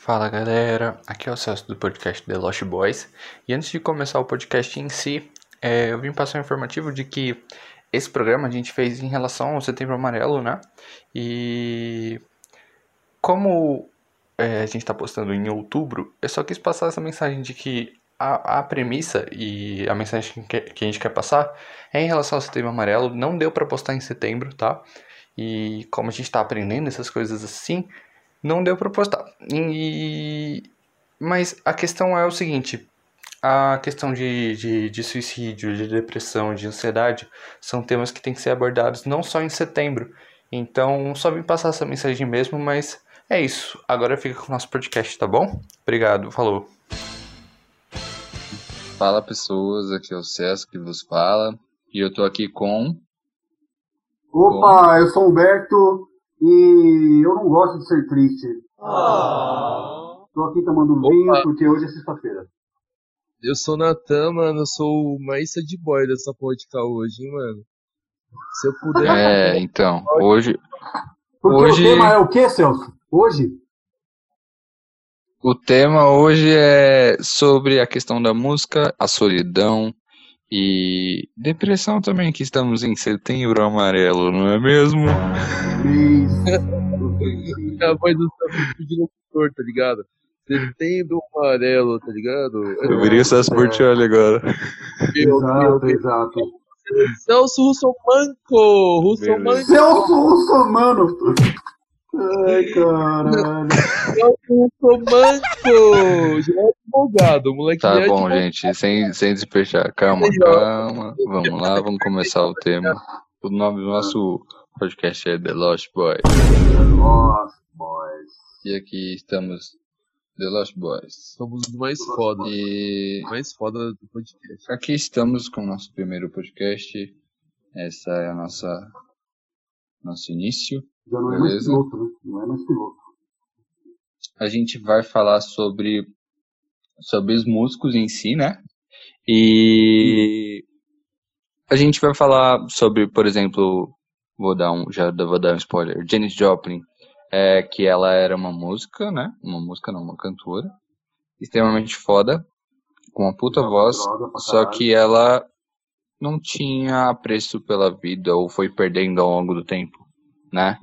Fala galera, aqui é o Celso do podcast The Lost Boys. E antes de começar o podcast em si, eu vim passar um informativo de que esse programa a gente fez em relação ao Setembro Amarelo, né? E como a gente está postando em outubro, eu só quis passar essa mensagem de que a premissa e a mensagem que a gente quer passar é em relação ao Setembro Amarelo. Não deu pra postar em setembro, tá? E como a gente tá aprendendo essas coisas assim, não deu pra postar. Mas a questão é o seguinte: a questão de suicídio, de depressão, de ansiedade são temas que têm que ser abordados não só em setembro. Então, só vim passar essa mensagem mesmo, mas é isso. Agora fica com o nosso podcast, tá bom? Obrigado, falou. Fala pessoas, aqui é o César que vos fala e eu tô aqui com... Opa, eu sou o Humberto e eu não gosto de ser triste. Tô aqui tomando vinho porque hoje é sexta-feira. Eu sou o Natan, mano, eu sou o mais sad boy dessa podcast hoje, hein, mano. Se eu puder... então, hoje... Porque o tema é o que, Celso? Hoje? O tema hoje é sobre a questão da música, a solidão e depressão também, que estamos em setembro amarelo, não é mesmo? A voz do Celso de locutor, tá ligado? Setembro amarelo, tá ligado? Eu virei o Celso Portiolli agora. Exato. Celso Russomanco! Celso Russomano! Ai, caralho. Celso Russomanco! Já é advogado, moleque. Tá já é bom, advogado. gente, sem despejar. Calma. Vamos lá, vamos começar o tema. O nome do nosso podcast é The Lost Boys. Lost Boys. E aqui estamos, The Lost Boys. Somos os mais foda. E Mais foda do podcast. aqui estamos com o nosso primeiro podcast. Essa é a nosso início. Já não é Beleza? mais piloto, né? Não é mais piloto. A gente vai falar sobre os músicos em si, né? E a gente vai falar sobre, por exemplo, vou dar um spoiler, Janis Joplin, que ela era uma música, né? Uma cantora extremamente foda, com uma puta voz, só que ela não tinha apreço pela vida ou foi perdendo ao longo do tempo, né?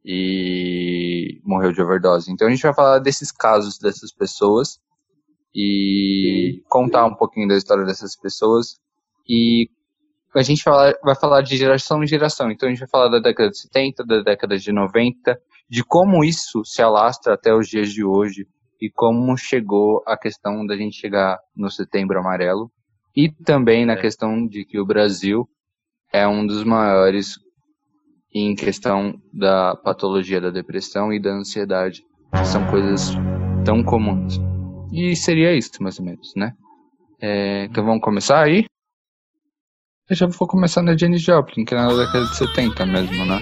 E morreu de overdose. Então a gente vai falar desses casos dessas pessoas e contar um pouquinho da história dessas pessoas. E a gente vai falar de geração em geração. Então a gente vai falar da década de 70, da década de 90, de como isso se alastra até os dias de hoje e como chegou a questão da gente chegar no Setembro Amarelo, e também na questão de que o Brasil é um dos maiores em questão da patologia da depressão e da ansiedade, que são coisas tão comuns. E seria isso, mais ou menos, né? Então vamos começar aí? Eu já vou começar na Janis Joplin, que é na década de 70 mesmo, né?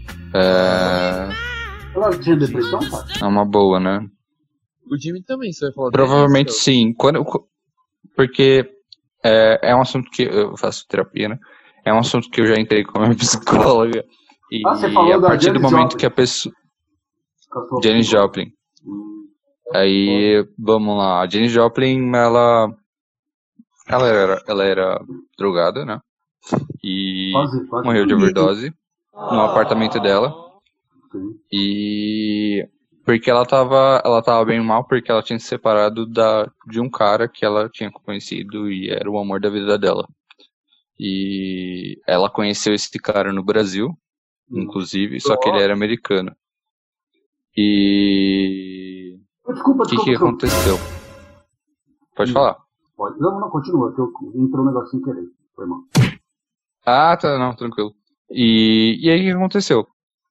Ela tinha depressão, cara? É uma boa, né? O Jimmy também, você vai falar Provavelmente dele, sim. Porque é um assunto que eu faço terapia, né? É um assunto que eu já entrei com a minha psicóloga. E você falou a da partir do Janis momento Joplin. que a pessoa... Janis Joplin. Aí, vamos lá. A Janis Joplin, ela era drogada, né? E Quase. morreu de overdose no apartamento dela. Sim. E porque ela tava bem mal, porque ela tinha se separado de um cara que ela tinha conhecido e era o amor da vida dela. E ela conheceu esse cara no Brasil, inclusive, só que ele era americano. E Desculpa. o que aconteceu? Pode falar. Pode. Não, continua, que eu entrou um negócio sem querer. Foi mal. Ah, tá, não, tranquilo. E aí o que aconteceu?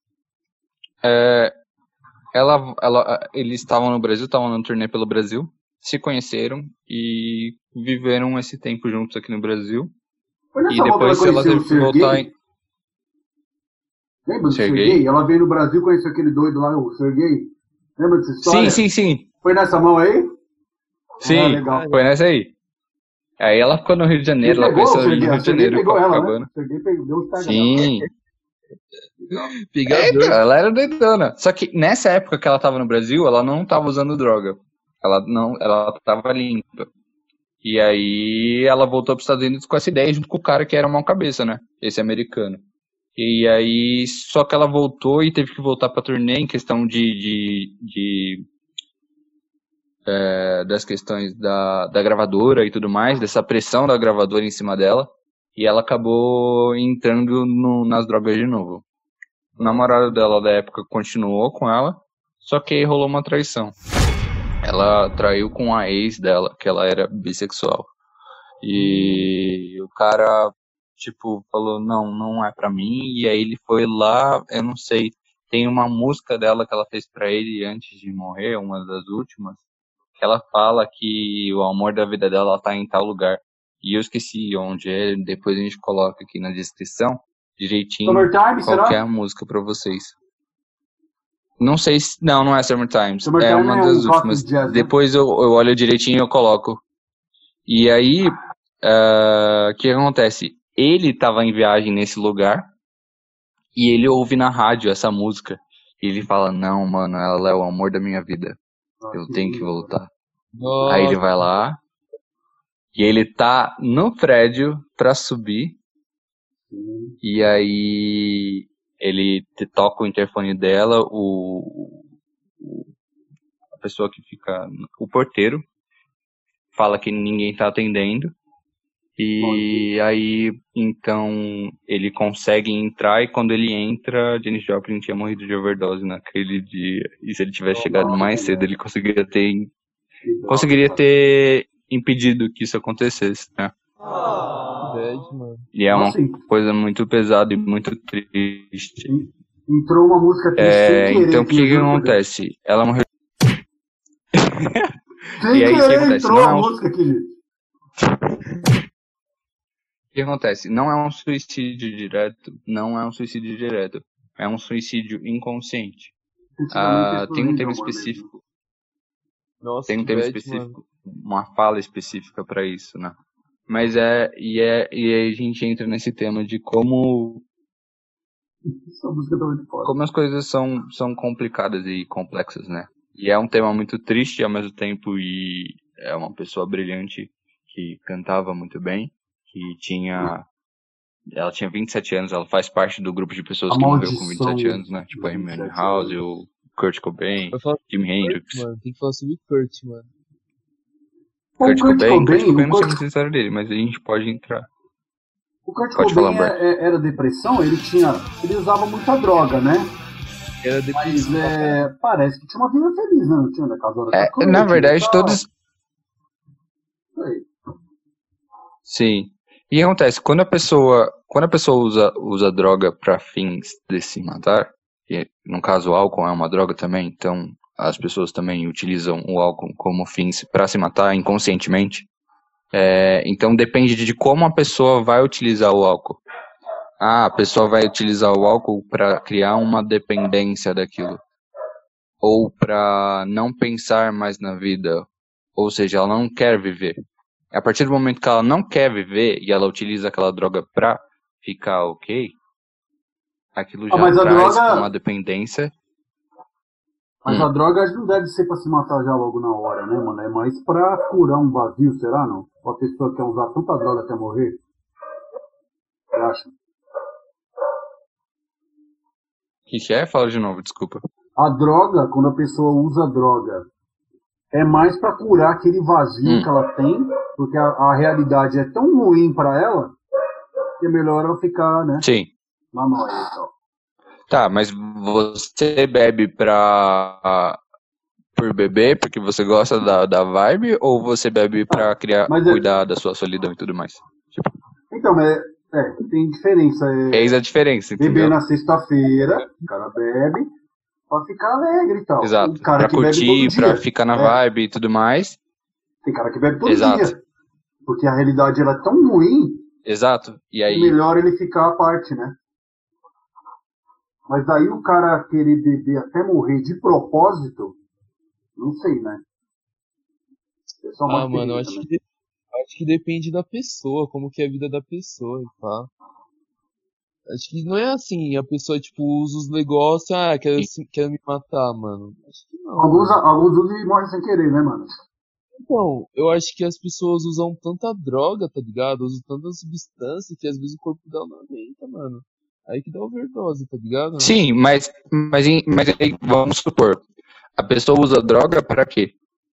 Eles estavam no Brasil, estavam num turnê pelo Brasil, se conheceram e viveram esse tempo juntos aqui no Brasil. E depois ela teve que voltar em... Lembra do Serguei? Ela veio no Brasil, conheceu aquele doido lá, o Serguei. Lembra dessa história? Sim. Foi nessa mão aí? Sim, legal. Foi nessa aí. Aí ela ficou no Rio de Janeiro, ela conheceu no Rio de Janeiro, pegou ela, Copacabana. Né? O Serguei deu um Instagram. Sim. Pegador. Ela era doidona. Só que nessa época que ela tava no Brasil, ela não tava usando droga. Ela tava limpa. E aí ela voltou para os Estados Unidos com essa ideia junto com o cara que era mão cabeça, né? Esse americano. E aí, só que ela voltou e teve que voltar pra turnê em questão das questões da gravadora e tudo mais, dessa pressão da gravadora em cima dela. E ela acabou entrando nas drogas de novo. O namorado dela da época continuou com ela, só que aí rolou uma traição. Ela traiu com a ex dela, que ela era bissexual. E o cara, tipo, falou, não é pra mim. E aí ele foi lá, eu não sei, tem uma música dela que ela fez pra ele antes de morrer, uma das últimas, que ela fala que o amor da vida dela tá em tal lugar. E eu esqueci onde é, depois a gente coloca aqui na descrição, direitinho, Summertime, qual que é será? a música pra vocês. Não sei se... Não é Summertime. É Summertime uma é das um últimas. clássico de jazz, né? Depois eu olho direitinho e eu coloco. E aí, o que acontece? Ele tava em viagem nesse lugar e ele ouve na rádio essa música. E ele fala, não, mano, ela é o amor da minha vida. Eu tenho que voltar. Aí ele Nossa, vai lá e ele tá no prédio pra subir. E aí ele toca o interfone dela, a pessoa que fica, o porteiro, fala que ninguém tá atendendo. E aí, então, ele consegue entrar e quando ele entra, Janis Joplin tinha morrido de overdose naquele dia. E se ele tivesse chegado mais cedo, ele conseguiria ter impedido que isso acontecesse, né? bad, mano. E é uma Nossa, coisa muito pesada e muito triste. entrou uma música triste sem querer. Então, o aqui, que eu juro por Deus. acontece? Ela morreu. Sem E aí, o que querer acontece? entrou Não a é um... música aqui, gente. O que acontece? Não é um suicídio direto, é um suicídio inconsciente. Efetivamente, Tem um tema amor mesmo. específico, Nossa, que bad, mano. uma fala específica pra isso, né? Mas e aí a gente entra nesse tema de como Essa música tá muito foda. as coisas são complicadas e complexas, né? E é um tema muito triste ao mesmo tempo, e é uma pessoa brilhante que cantava muito bem, ela tinha 27 anos, ela faz parte do grupo de pessoas A que morreu com maldição 27 anos, né? Tipo a dos Amy 27 House, anos. o Kurt Cobain, Vai falar Jimi sobre Kurt, Hendrix. mano. Tem que falar sobre Kurt, mano. Kurt Cobain, eu não sei Kurt, muito a história dele, mas a gente pode entrar. o Kurt Pode falar, Cobain Humberto. era depressão, ele usava muita droga, né? Era Mas depressivo. parece que tinha uma vida feliz, né? Não tinha, né? Casada com a Kurt, Na verdade, e tal. todos... Sei. Sim. E o que acontece? Quando a pessoa usa droga para fins de se matar, e no caso o álcool é uma droga também, então as pessoas também utilizam o álcool como fins para se matar inconscientemente. Então depende de como a pessoa vai utilizar o álcool. A pessoa vai utilizar o álcool para criar uma dependência daquilo, ou para não pensar mais na vida, ou seja, ela não quer viver. A partir do momento que ela não quer viver e ela utiliza aquela droga pra ficar ok, aquilo já mas a traz droga- uma dependência. Mas a droga não deve ser pra se matar já logo na hora, né, mano? É mais pra curar um vazio, será, não? Uma pessoa quer usar tanta droga até morrer? Você acha? O que é? Fala de novo, desculpa. A droga, quando a pessoa usa droga, é mais pra curar aquele vazio que ela tem, porque a realidade é tão ruim pra ela, que é melhor ela ficar, né, Sim. na noia e tal. Tá, mas você bebe por beber, porque você gosta da vibe, ou você bebe pra cuidar da sua solidão e tudo mais? Então, tem diferença. Eis a diferença, entendeu? Beber na sexta-feira, o cara bebe pra ficar alegre e tal. Exato. O cara Pra que bebe curtir, todo dia. pra ficar na vibe e tudo mais. Tem cara que bebe todo Exato. dia. Porque a realidade ela é tão ruim, Exato. E aí... é melhor ele ficar à parte, né? Mas daí o cara querer beber até morrer de propósito, não sei, né? É só uma Mano, eu experiência, acho né? que depende da pessoa, como que é a vida da pessoa, tá? Acho que não é assim, a pessoa, tipo, usa os negócios, quero me matar, mano. Acho que não, mano. Alguns usam e morrem sem querer, né, mano? Então, eu acho que as pessoas usam tanta droga, tá ligado? Usam tanta substância que às vezes o corpo dela não aguenta, mano. Aí que dá overdose, tá ligado? Sim, mas aí, vamos supor, a pessoa usa droga para quê?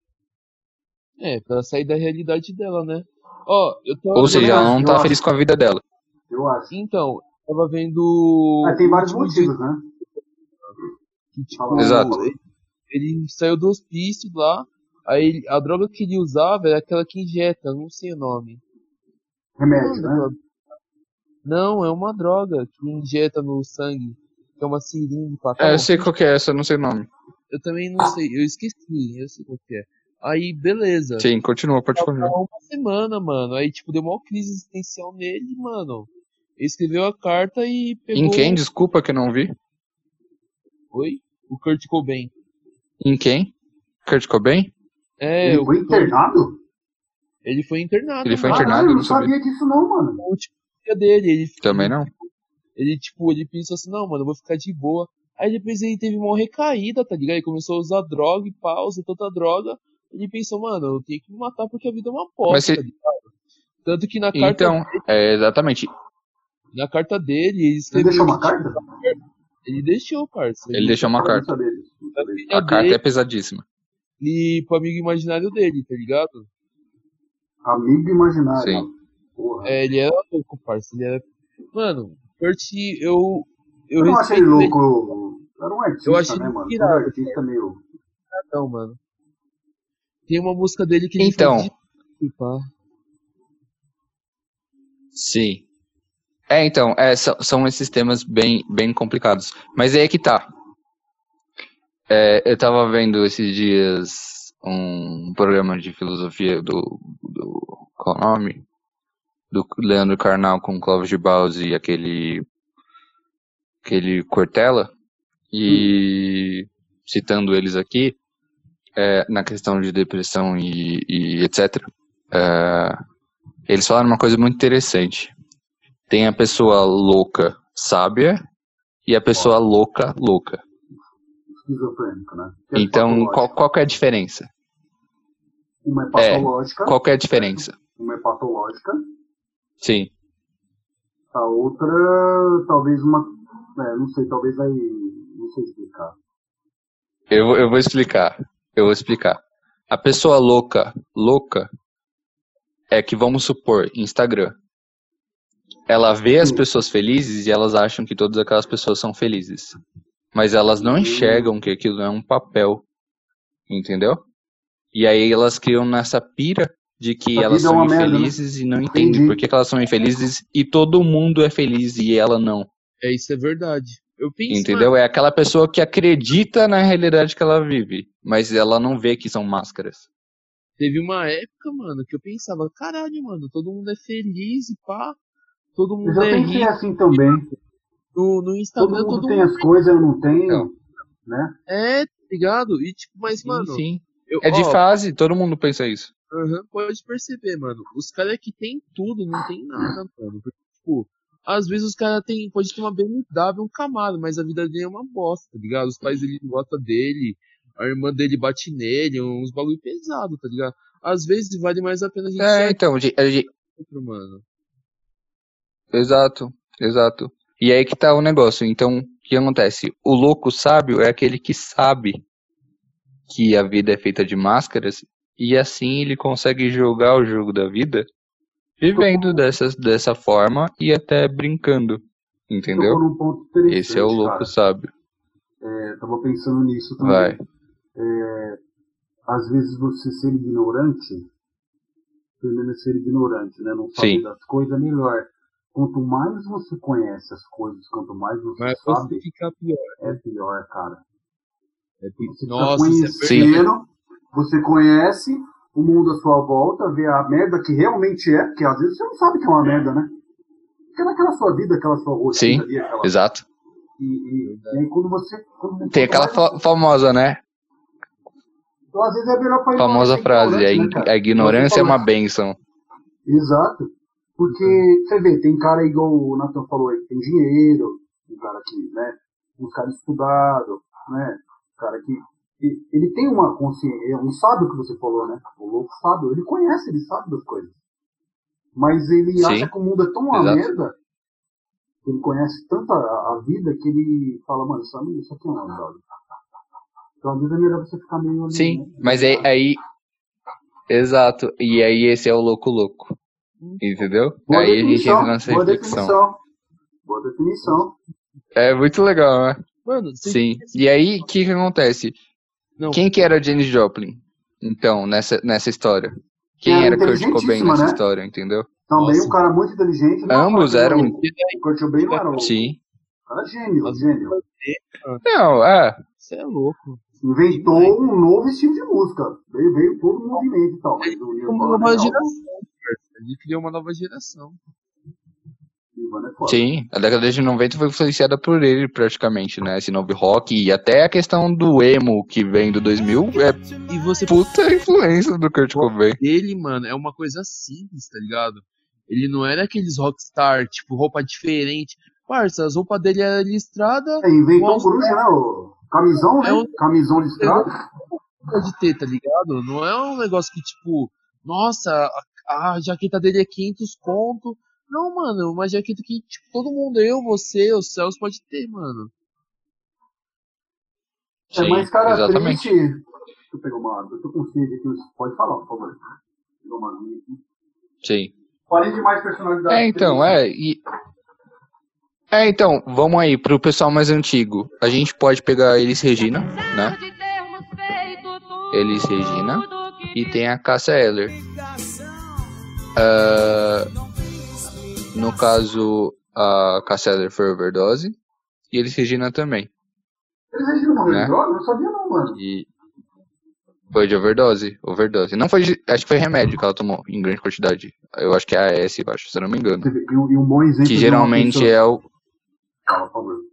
Pra sair da realidade dela, né? Ó, eu Ou tava seja, vendo. ela não tá feliz com a vida dela. Eu acho. Então, eu tava vendo Tem o vários último dia motivos, né? que, Exato. tipo, ele saiu do hospício lá. Aí a droga que ele usava era aquela que injeta, eu não sei o nome. Remédio, Mano, né? Não, é uma droga que injeta no sangue, que é uma seringa pra Eu sei qual que é essa, eu não sei o nome. Eu também não sei, eu esqueci, eu sei qual que é. Aí, beleza. Sim, continua, pode continuar. Uma semana, mano. Aí, tipo, deu uma crise existencial nele, mano. Ele escreveu a carta e pegou... Em quem? Desculpa que eu não vi. Oi? O Kurt Cobain. Em quem? Kurt Cobain? Ele foi internado? Ele foi internado, Ele foi mano. internado? Eu não sabia disso não, mano. O último dia dele, Também não. Ele pensou assim, não, mano, eu vou ficar de boa. Aí depois ele teve uma recaída, tá ligado? Ele começou a usar droga e pausa, tanta droga. Ele pensou, mano, eu tenho que me matar porque a vida é uma bosta, tá ligado? Tanto que na carta Então, exatamente. Na carta dele, ele Ele escreveu... deixou uma carta? Ele deixou, parça. Ele deixou uma carta. A carta é pesadíssima. E pro amigo imaginário dele, tá ligado? Amigo imaginário. Sim. Porra. Ele era louco, parça. Ele era... Mano, Kurt, eu não achei ele louco. Era um artista, eu achei né, mano? ele Todo artista meio... Não, mano. Tem uma música dele que ele Então. faz de... pá. Sim. Então, são esses temas bem quomplicados. Mas aí é que tá. Eu tava vendo esses dias um programa de filosofia qual é o nome? Do Leandro Carnal com Clóvis de Barros e aquele Cortella. E citando eles aqui, na questão de depressão e etc. Eles falaram uma coisa muito interessante. Tem a pessoa louca sábia e a pessoa louca. Esquizofrênico, né? Então, qual que é a diferença? Uma é patológica. Qual que é a diferença? Uma é patológica. Sim. A outra, talvez uma... não sei, talvez aí... Não sei explicar. Eu vou explicar. A pessoa louca é que, vamos supor, Instagram. Ela vê as pessoas felizes e elas acham que todas aquelas pessoas são felizes. Mas elas não enxergam que aquilo é um papel. Entendeu? E aí elas criam nessa pira de que elas são infelizes e não entendem por que elas são infelizes e todo mundo é feliz e ela não. Isso é verdade. Eu penso, entendeu? Mano. É aquela pessoa que acredita na realidade que ela vive, mas ela não vê que são máscaras. Teve uma época, mano, que eu pensava, caralho, mano, todo mundo é feliz e pá. Todo mundo eu já pensei rico. assim também. No Instagram todo mundo tem as coisas, eu não tenho, então, né? Tá ligado? E tipo, mas, sim, mano... Sim. De fase, todo mundo pensa isso. Pode perceber, mano. Os caras que tem tudo, não tem nada, mano. Porque, tipo, às vezes os caras pode ter uma BMW, um Camaro, mas a vida dele é uma bosta, tá ligado? Os pais dele não gostam dele, a irmã dele bate nele, uns bagulho pesado, tá ligado? Às vezes vale mais a pena a gente outro, mano. Exato. E aí que tá o negócio. Então, o que acontece? O louco sábio é aquele que sabe que a vida é feita de máscaras e assim ele consegue jogar o jogo da vida vivendo dessa forma e até brincando, entendeu? Esse é o louco sábio. Tava pensando nisso também. Vai. Às vezes você ser ignorante, primeiro ser ignorante, né? Não saber das coisas é melhor. Quanto mais você conhece as coisas, quanto mais você sabe, fica pior. É pior, cara. Você Nossa, conhecendo, você conhece o mundo à sua volta, vê a merda que realmente é, porque às vezes você não sabe que é uma merda, né? Fica naquela sua vida, aquela sua rotina ali. Exato. E aí quando você... Tem aquela famosa, né? Então às vezes é melhor pra famosa frase, né, a ignorância é uma bênção. Exato. Porque, você vê, tem cara igual o Nathan falou aí, que tem dinheiro, um cara que, né, um cara estudado, né, um cara que ele tem uma consciência, ele sabe o que você falou, né, o louco sabe, ele conhece, ele sabe das coisas. Mas ele acha Sim, que o mundo é tão uma exato. merda, que ele conhece tanto a vida, que ele fala, mano, isso aqui é uma droga. Então, às vezes é melhor você ficar meio... Sim, mas aí... Exato, e aí esse é o louco. Entendeu? Boa Aí a gente entra definição, nessa boa reflexão. definição. Boa definição. É muito legal, né? Mano, Sim. E aí, o que acontece? Não, Quem que era Janis Joplin? Então, nessa história? Quem Era era Kurt Cobain inteligentíssima, nessa né? história, entendeu? Também nossa, um cara muito inteligente. Não Ambos fala que eram... O Kurt Cobain não era o Sim. cara gênio, as gênio. Não, Você é louco. Inventou Demais. um novo estilo de música. Veio todo o movimento e tal. Mas o Uma Nirvana nova é geração, parça. Ele criou uma nova geração. Nirvana é foda. sim. A década de 90 foi influenciada por ele, praticamente, né? Esse novo rock. E até a questão do emo, que vem do 2000, é E você puta influência do Kurt Cobain. dele, mano, é uma coisa simples, tá ligado? Ele não era aqueles rockstar, tipo, roupa diferente. Parça, as roupas dele eram listrada, Inventou um o Coruja, né? O camisão, né? É um- Camisão listrado. de ter, tá ligado? Não é um negócio que, tipo, nossa, a jaqueta dele é 500 conto. Não, mano, é uma jaqueta que, tipo, todo mundo, eu, você, os céus pode ter, mano. É, mas, Sim, cara, exatamente. triste. Deixa eu pegar uma água. Eu tô com sede aqui. Pode falar, por favor. Pegar uma aguinha aqui. Sim. Falei de mais personalidade. Então, vamos aí pro pessoal mais antigo. A gente pode pegar Elis Regina, né? Elis Regina. E tem a Cássia Eller. No caso, a Cássia Eller foi overdose. E Elis Regina também. Eles regiram morrer Né? de droga? Eu não sabia não, mano. E foi de overdose. Não foi acho que foi remédio que ela tomou em grande quantidade. Eu acho que é AS, eu acho, se eu não me engano. E um bom exemplo Que de geralmente uma pessoa... é o... Fala, por favor.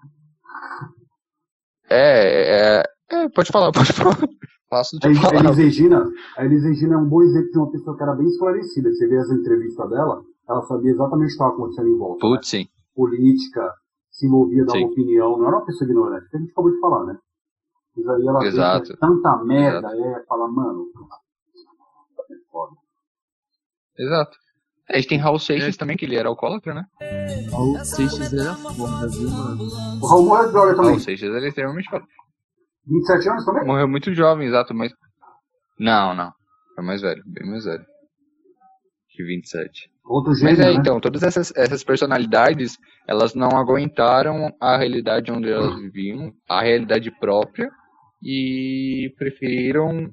Pode falar. Faço de A falar. Elis Regina é um bom exemplo de uma pessoa que era bem esclarecida. Você vê as entrevistas dela, ela sabia exatamente o que estava acontecendo em volta. Putz, né? sim. Política, se movia, dava Sim. opinião. Não era uma pessoa ignorante, que a gente acabou de falar, né? Mas aí ela vê que Exato. é tanta merda, fala, mano, é foda. Exato. A gente tem Raul Seixas também, que ele era alcoólatra, né? O Seixas era foda, viu, mano? O Raul morreu de droga também. Raul Seixas era extremamente foda. 27 anos também? Morreu muito jovem, exato, mas... Não. Foi mais velho, bem mais velho. Que 27. Outro gênio, Mas né? então, todas essas personalidades, elas não aguentaram a realidade onde elas viviam, a realidade própria, e preferiram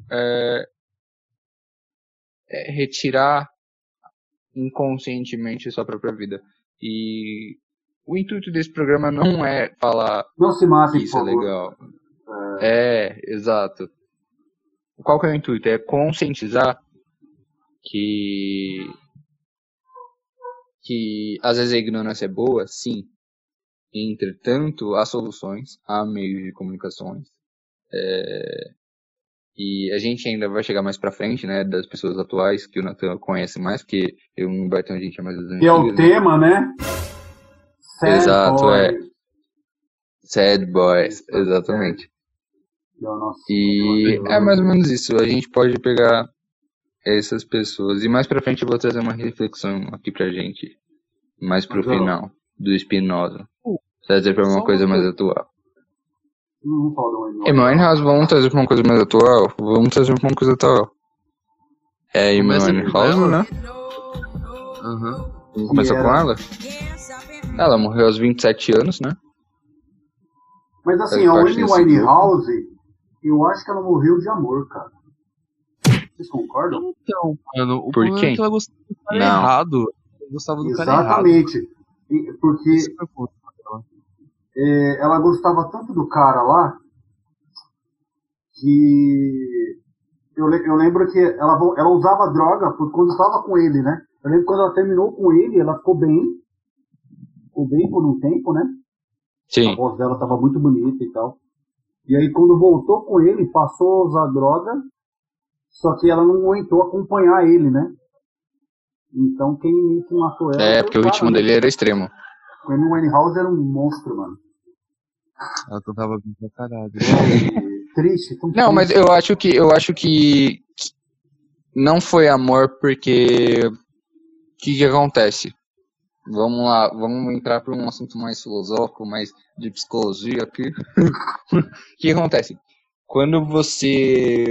retirar inconscientemente sua própria vida. E o intuito desse programa não é falar Não se mate, que isso por é favor. legal. Exato. Qual que é o intuito? É conscientizar que às vezes a ignorância é boa, sim. Entretanto, há soluções, há meios de comunicações. E a gente ainda vai chegar mais pra frente, né, das pessoas atuais, que o Nathan conhece mais, porque eu não vai ter gente mais das antigas. Que é o tema, né? Sad Exato, Boy. Sad Boys, exatamente. Que é o nosso... E é mais ou menos isso. A gente pode pegar essas pessoas. E mais pra frente eu vou trazer uma reflexão aqui pra gente. Mais pro final, do Spinoza. Trazer pra uma coisa mais atual. Não vamos falar do Amy Amy Winehouse, vamos trazer pra uma coisa mais atual? Vamos trazer pra uma coisa atual. É Amy Começa com Winehouse, ela? né? Vamos começar com ela? Ela morreu aos 27 anos, né? Mas assim, Faz a parte Amy desse Winehouse, eu acho que ela morreu de amor, cara. Vocês concordam? Então, mano, o Por problema quem? é que ela gostava do cara Não. errado. Ela gostava do cara errado. Exatamente. Porque Esse foi o ponto dela. ela gostava tanto do cara lá que eu lembro que ela usava droga quando estava com ele, né? Eu lembro que quando ela terminou com ele, ela ficou bem por um tempo, né? A Sim. voz dela estava muito bonita e tal. E aí quando voltou com ele, passou a usar droga, só que ela não aguentou acompanhar ele, né? Então quem matou ela... É, porque o ritmo dele era extremo. O Amy Winehouse era um monstro, mano. Ela cantava bem pra caralho. Triste. Não, mas eu acho que não foi amor porque... O que acontece? Vamos lá, vamos entrar para um assunto mais filosófico, mais de psicologia aqui. O que acontece? Quando você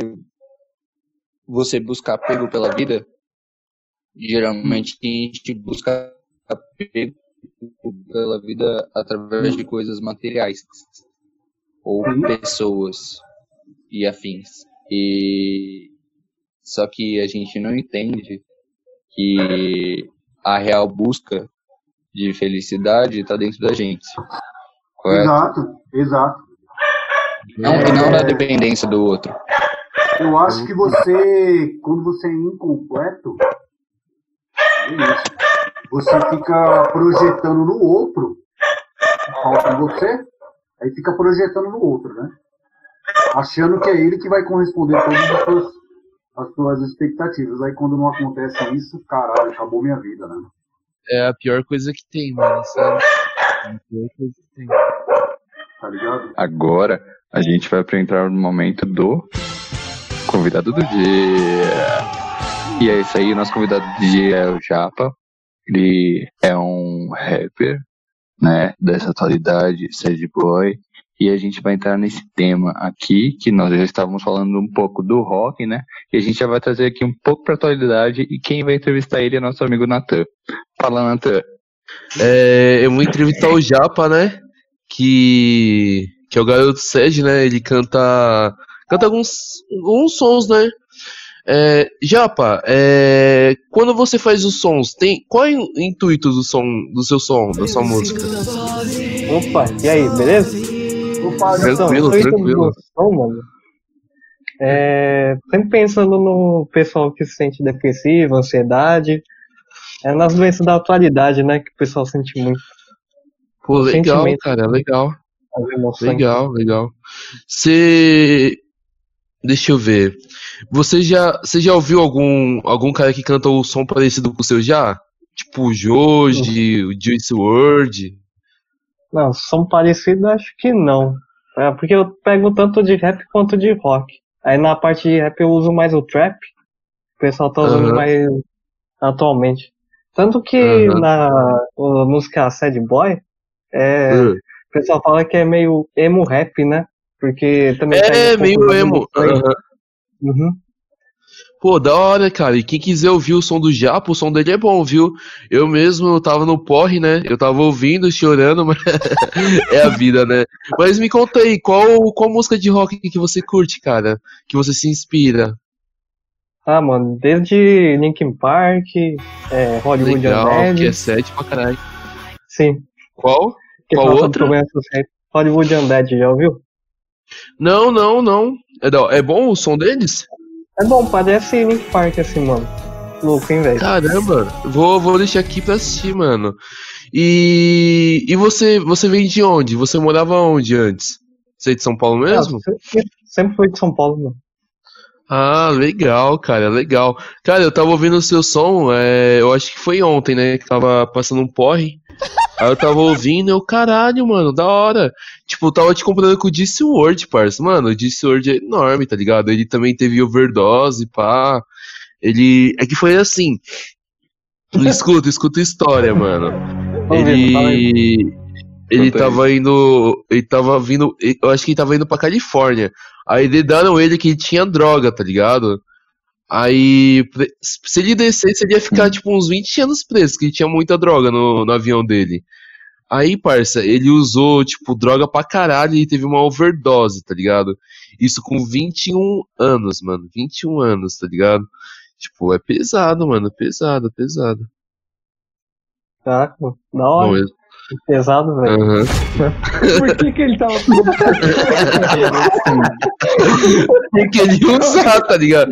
busca apego pela vida, geralmente a gente busca apego pela vida através de coisas materiais ou pessoas e afins. E só que a gente não entende que a real busca de felicidade está dentro da gente. Correto? Exato. Não na dependência do outro. Eu acho que você, quando você é incompleto, você fica projetando no outro, falta em você, aí fica projetando no outro, né? Achando que é ele que vai corresponder todas as suas expectativas. Aí quando não acontece isso, caralho, acabou minha vida, né? É a pior coisa que tem, mano, sério. É a pior coisa que tem. Tá ligado? Agora a gente vai entrar no momento do convidado do dia. E é isso aí, o nosso convidado do dia é o Japa. Ele é um rapper, né, dessa atualidade, sad boy. E a gente vai entrar nesse tema aqui, que nós já estávamos falando um pouco do rock, né? E a gente já vai trazer aqui um pouco pra atualidade. E quem vai entrevistar ele é nosso amigo Natan. Fala, Natan. Eu vou entrevistar o Japa, né? Que é o garoto Sede, né? Ele canta alguns sons, né? Japa, quando você faz os sons, qual é o intuito do seu som, da sua música? Opa, e aí, beleza? Opa, tranquilo. Do som, mano, sempre pensando no pessoal que se sente depressivo, ansiedade, nas doenças da atualidade, né? Que o pessoal sente muito. Pô, legal, cara, legal. As emoções. Legal. Deixa eu ver. Você já ouviu algum cara que canta o som parecido com o seu já? Tipo o Joji, o Juice WRLD? Não, som parecido acho que não. Porque eu pego tanto de rap quanto de rock. Aí na parte de rap eu uso mais o trap. O pessoal tá usando mais atualmente. Tanto que na música Sad Boy, o pessoal fala que é meio emo rap, né? Porque também meio emo. Pô, da hora, cara. E quem quiser ouvir o som do Japa, o som dele é bom, viu? Eu mesmo tava no porre, né? Eu tava ouvindo, chorando, mas é a vida, né? Mas me conta aí, qual música de rock que você curte, cara? Que você se inspira? Ah, mano, desde Linkin Park, Hollywood Undead. Que é 7 pra caralho. Sim. Qual outra? Hollywood Undead, já ouviu? Não. É bom o som deles? É bom, parece Linkin Park assim, mano. Louco, hein, velho? Caramba, vou deixar aqui pra assistir, mano. E você vem de onde? Você morava onde antes? Você é de São Paulo mesmo? Sempre fui de São Paulo, mano. Ah, legal, cara, legal. Cara, eu tava ouvindo o seu som, eu acho que foi ontem, né? Que tava passando um porre. Aí eu tava ouvindo e caralho, mano, da hora. Tipo, eu tava te comparando com o Juice WRLD, parça. Mano, o Juice WRLD é enorme, tá ligado? Ele também teve overdose, pá. É que foi assim. Escuta a história, mano. Ele tava vindo, eu acho que ele tava indo pra Califórnia. Aí dedaram ele que ele tinha droga, tá ligado? Aí, se ele descesse, ele ia ficar tipo uns 20 anos preso, que ele tinha muita droga no avião dele. Aí, parça, ele usou, tipo, droga pra caralho e teve uma overdose, tá ligado? Isso com 21 anos, mano. 21 anos, tá ligado? Tipo, é pesado, mano. Pesado. Caraca, mano. Da hora. Não, pesado, velho. Por que ele tava porque ele ia usar, tá ligado?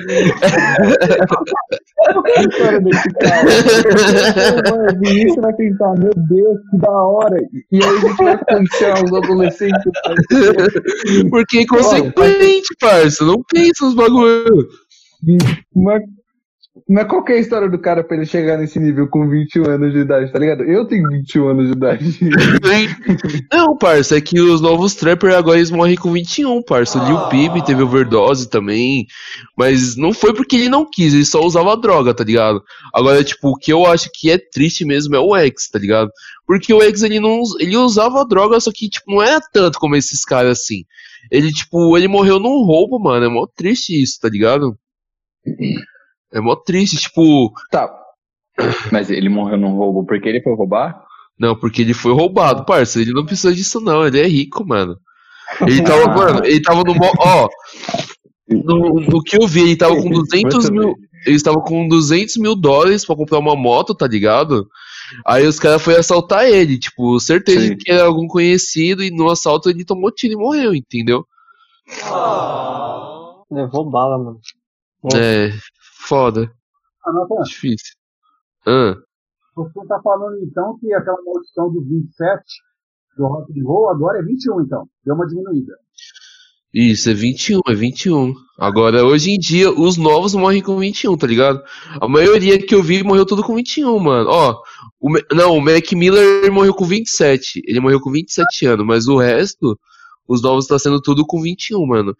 Cara desse cara. Mano, o Vinícius vai tentar, meu Deus, que da hora. E aí a gente vai condicionar os adolescentes. Porque é inconsequente, parça. Não pensa nos bagulho. Mas qual que é a história do cara pra ele chegar nesse nível com 21 anos de idade, tá ligado? Eu tenho 21 anos de idade. Não, parça, é que os novos trappers agora eles morrem com 21, parça. O Lil Peep teve overdose também, mas não foi porque ele não quis, ele só usava droga, tá ligado? Agora, tipo, o que eu acho que é triste mesmo é o X, tá ligado? Porque o X, ele usava droga, só que, tipo, não era tanto como esses caras, assim. Ele, tipo, ele morreu num roubo, mano, é mó triste isso, tá ligado? É mó triste, tipo... Tá. Mas ele morreu num roubo porque ele foi roubar? Não, porque ele foi roubado, parça. Ele não precisa disso, não. Ele é rico, mano. Ele tava, mano, ele tava no. Ó, no que eu vi, ele tava com 200 mil. Ele estava com 200 mil dólares pra comprar uma moto, tá ligado? Aí os caras foram assaltar ele, tipo, certeza Sim. que era algum conhecido, e no assalto ele tomou tiro e morreu, entendeu? Levou bala, mano. É, foda, Anota, difícil. Ah, você tá falando então que aquela maldição do 27 do rock and roll agora é 21, então. Deu uma diminuída. isso, é 21, é 21. Agora, hoje em dia, os novos morrem com 21, tá ligado? A maioria que eu vi morreu tudo com 21, mano. Ó, não, o Mac Miller morreu com 27. Ele morreu com 27 anos, mas o resto, os novos tá sendo tudo com 21, mano.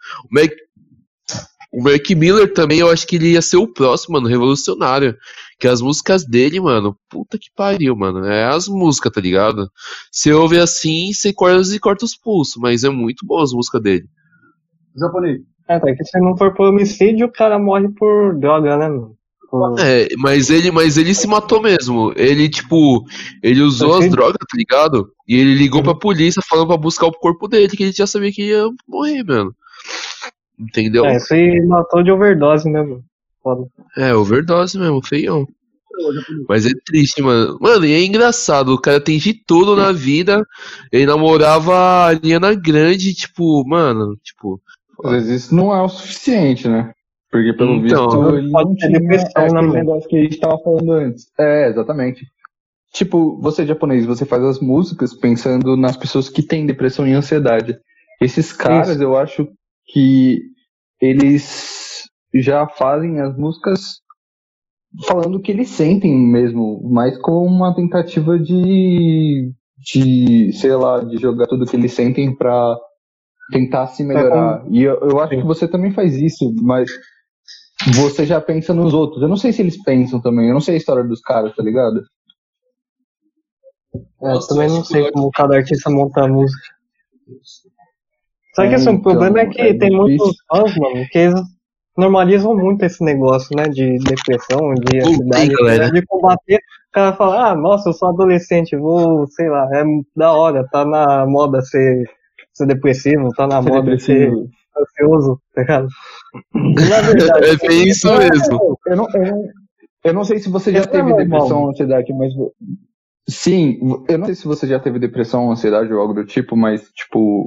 O Mac Miller também, eu acho que ele ia ser o próximo, mano, revolucionário. Que as músicas dele, mano, puta que pariu, mano. É as músicas, tá ligado? Você ouve assim, você corta os pulsos, mas é muito boa as músicas dele. Japonês. É, tá que se não for por homicídio, o cara morre por droga, né, mano? É, mas ele se matou mesmo. Ele, tipo, ele usou as drogas, tá ligado? E ele ligou pra polícia falando pra buscar o corpo dele, que ele já sabia que ia morrer, mano. Entendeu? É, se matou de overdose, né, mano? Foda. É, overdose mesmo, feião. Mas é triste, mano. Mano, e é engraçado, o cara tem de tudo na vida. Ele namorava a Ariana Grande, tipo, mano, tipo. Às vezes isso não é o suficiente, né? Porque pelo Então, visto ele não pode ter tinha depressão, né, aquele mano? negócio que a gente tava falando antes. É, exatamente. Tipo, você japonês, você faz as músicas pensando nas pessoas que têm depressão e ansiedade. Esses caras, Isso. eu acho que eles já fazem as músicas falando o que eles sentem mesmo, mas com uma tentativa sei lá, de jogar tudo que eles sentem pra tentar se melhorar. E eu acho que você também faz isso, mas você já pensa nos outros. Eu não sei se eles pensam também, eu não sei a história dos caras, tá ligado? É, também não sei como cada artista monta a música. Só que assim, o problema é que tem muitos fãs, mano, que eles normalizam muito esse negócio, né, de depressão, de ansiedade, galera. de combater. O cara fala, ah, nossa, eu sou adolescente, vou, sei lá, é da hora, tá na moda ser depressivo, tá na moda ser ansioso, tá ligado? E na verdade, É bem isso mesmo. Eu não sei se você já teve depressão ou ansiedade, mas sim, eu não sei se você já teve depressão ou ansiedade ou algo do tipo, mas tipo,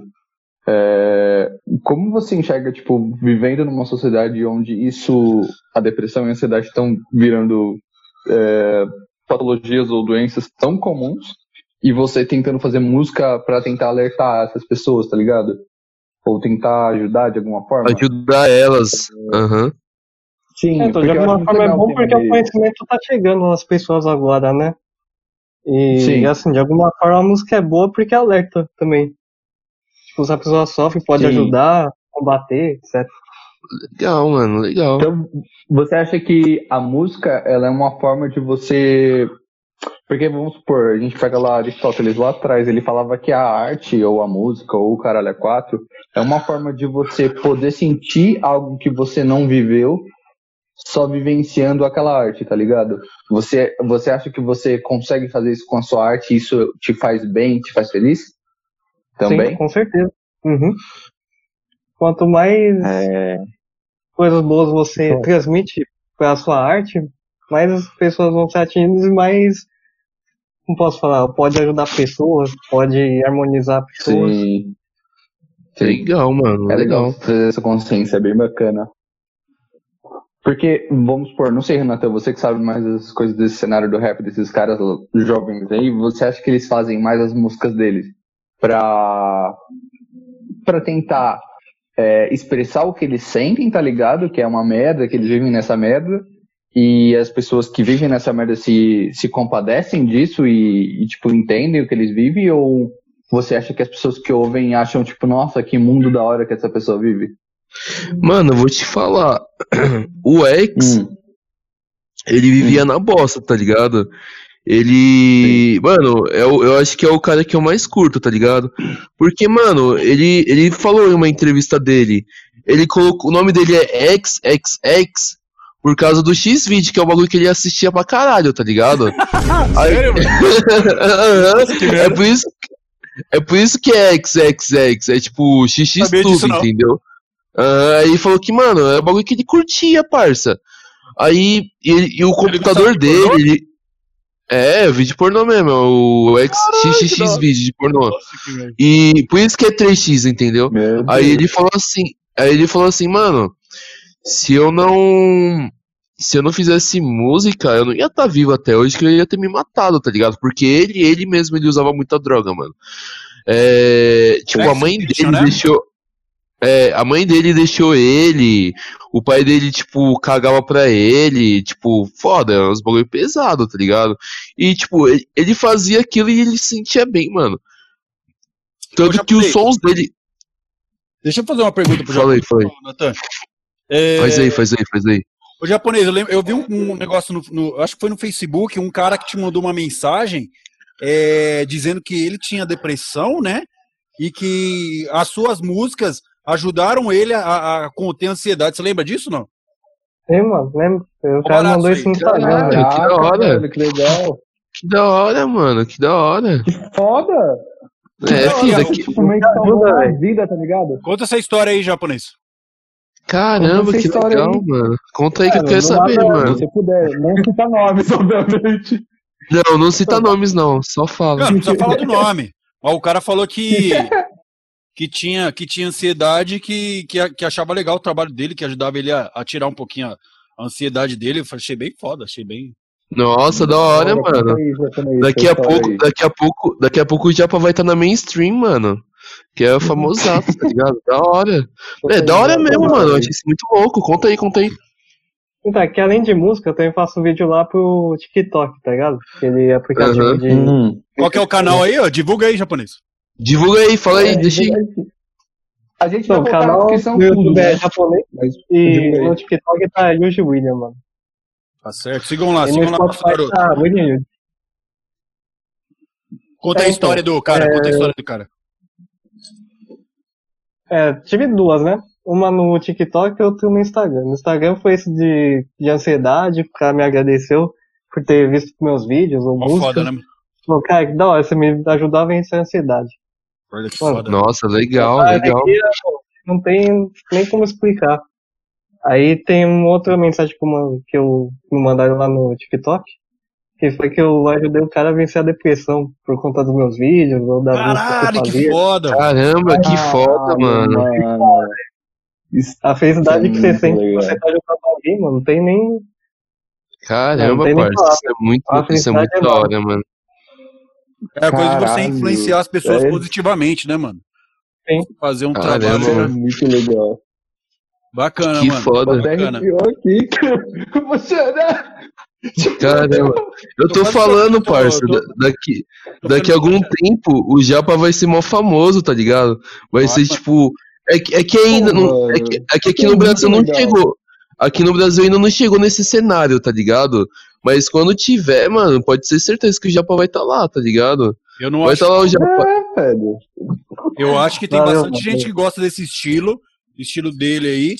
como você enxerga, tipo, vivendo numa sociedade onde a depressão e a ansiedade estão virando patologias ou doenças tão comuns, e você tentando fazer música pra tentar alertar essas pessoas, tá ligado? Ou tentar ajudar de alguma forma? Ajudar elas. Aham. Sim, então, de alguma forma é bom porque o conhecimento tá chegando nas pessoas agora, né? E assim, de alguma forma a música é boa porque alerta também. Tipo, se a pessoa sofre, pode ajudar, combater, etc. Legal, mano, legal. Então, você acha que a música, ela é uma forma de você... Porque, vamos supor, a gente pega lá Aristóteles lá atrás, ele falava que a arte, ou a música, ou o caralho é quatro, é uma forma de você poder sentir algo que você não viveu, só vivenciando aquela arte, tá ligado? Você acha que você consegue fazer isso com a sua arte e isso te faz bem, te faz feliz? Também? Sim, com certeza. Uhum. Quanto mais coisas boas você transmite para a sua arte, mais as pessoas vão ser atingidas e mais, como posso falar, pode ajudar pessoas, pode harmonizar pessoas. Sim. Legal, mano. É legal trazer essa consciência, é bem bacana. Porque, vamos supor, não sei, Renata, você que sabe mais as coisas desse cenário do rap, desses caras jovens aí, você acha que eles fazem mais as músicas deles pra tentar expressar o que eles sentem, tá ligado? Que é uma merda, que eles vivem nessa merda, E as pessoas que vivem nessa merda se compadecem disso e, tipo, entendem o que eles vivem? Ou você acha que as pessoas que ouvem acham, tipo, nossa, que mundo da hora que essa pessoa vive? Mano, eu vou te falar. O X, ele vivia na bosta, tá ligado? Ele. Mano, eu acho que é o cara que eu mais curto, tá ligado? Porque, mano, ele falou em uma entrevista dele. Ele colocou. O nome dele é XXX por causa do X-Video, que é o bagulho que ele assistia pra caralho, tá ligado? Sério, mano? É por isso que é XXX. É tipo XX Sabia disso, tudo, não. entendeu? Aí ele falou que, mano, é o bagulho que ele curtia, parça. Aí, e o computador gostava de pornô? dele, vídeo pornô mesmo, é o XXX vídeo de pornô. Nossa, que merda. E por isso que é 3x, entendeu? Aí ele falou assim, mano, se eu não fizesse música, eu não ia estar vivo até hoje, que eu ia ter me matado, tá ligado? Porque ele mesmo, ele usava muita droga, mano. Tipo, a mãe dele né? deixou... a mãe dele deixou ele, o pai dele, tipo, cagava pra ele, tipo, foda, uns bagulho pesado, tá ligado? E, tipo, ele fazia aquilo e ele se sentia bem, mano. Tanto que os sons dele... Deixa eu fazer uma pergunta pro Falei. Natan. Faz aí. O japonês, eu vi um negócio acho que foi no Facebook, um cara que te mandou uma mensagem dizendo que ele tinha depressão, né? E que as suas músicas ajudaram ele a conter a ansiedade. Você lembra disso, não? Sim, mano, lembro. O cara mandou isso no Instagram, Caralho, velho. que da hora. Velho, que legal. Que da hora, mano, que da hora. Foda! Filho, Tipo, meio que salvou a vida, tá ligado? Conta essa história aí, japonês. Caramba, Conta essa que história legal, aí. mano. Conta aí que eu Cara, quero saber, Se mano. você puder, não cita nomes, obviamente. Não cita nomes, não. Só fala. Não precisa falar do nome. Mas o cara falou que tinha ansiedade, que achava legal o trabalho dele, que ajudava ele a tirar um pouquinho a ansiedade dele. Eu achei bem foda, achei bem... Nossa, da hora, mano. Daqui a pouco o Japa vai estar na mainstream, mano. Que é o famosaço, tá ligado? Da hora. Da hora mesmo, mano. Eu achei isso muito louco. Conta aí. Então, é que além de música, eu também faço vídeo lá pro TikTok, tá ligado? Aquele aplicativo de... Qual que é o canal aí, ó? Divulga aí, japonês. Divulga aí, fala aí, deixa aí. A gente vai Então, o botar na canal descrição do tudo, YouTube né? é japonês Mas e divulga aí. no TikTok tá Yuji William, mano. Tá certo. Sigam lá, E no sigam lá, nosso Spotify garoto. tá William Yuji. Conta a história do cara, conta a história do cara. Tive duas, né? Uma no TikTok e outra no Instagram. No Instagram foi esse de ansiedade, o cara me agradeceu por ter visto meus vídeos ou Mó músicas. foda, né? Falou, cara, que da hora, você me ajudava a vencer a ansiedade. Olha que Mano, foda. Nossa, legal. Aqui, não tem nem como explicar. Aí tem uma outra mensagem que eu me mandaram lá no TikTok, que foi que eu ajudei o cara a vencer a depressão por conta dos meus vídeos ou das músicas que eu Caralho, que fazia. foda. Caramba, que foda, mano. A felicidade que você muito sente legal. que você tá ajudando alguém, mano, não tem nem... Caramba, Não tem nem parça. palavra. Isso é muito A felicidade da hora, mano. É a coisa de você Caralho. influenciar as pessoas É. positivamente, né, mano? Sim. Fazer um Caramba, trabalho mano. Muito legal. bacana, Que mano. foda. Até Bacana. arrepiou aqui, cara. Eu vou chorar. Caramba. Eu tô quase falando, tô- parça. Daqui a algum tempo o Japa vai ser mó famoso, tá ligado? Vai ser tipo. É que ainda Pô, não. mano. É que aqui no Brasil não Muito legal. chegou. Aqui no Brasil ainda não chegou nesse cenário, tá ligado? Mas quando tiver, mano, pode ter certeza que o Japa vai estar lá, tá ligado? Eu não Vai acho. estar lá o Japa. Velho. Eu acho que tem Valeu, bastante mano. gente que gosta desse estilo dele aí.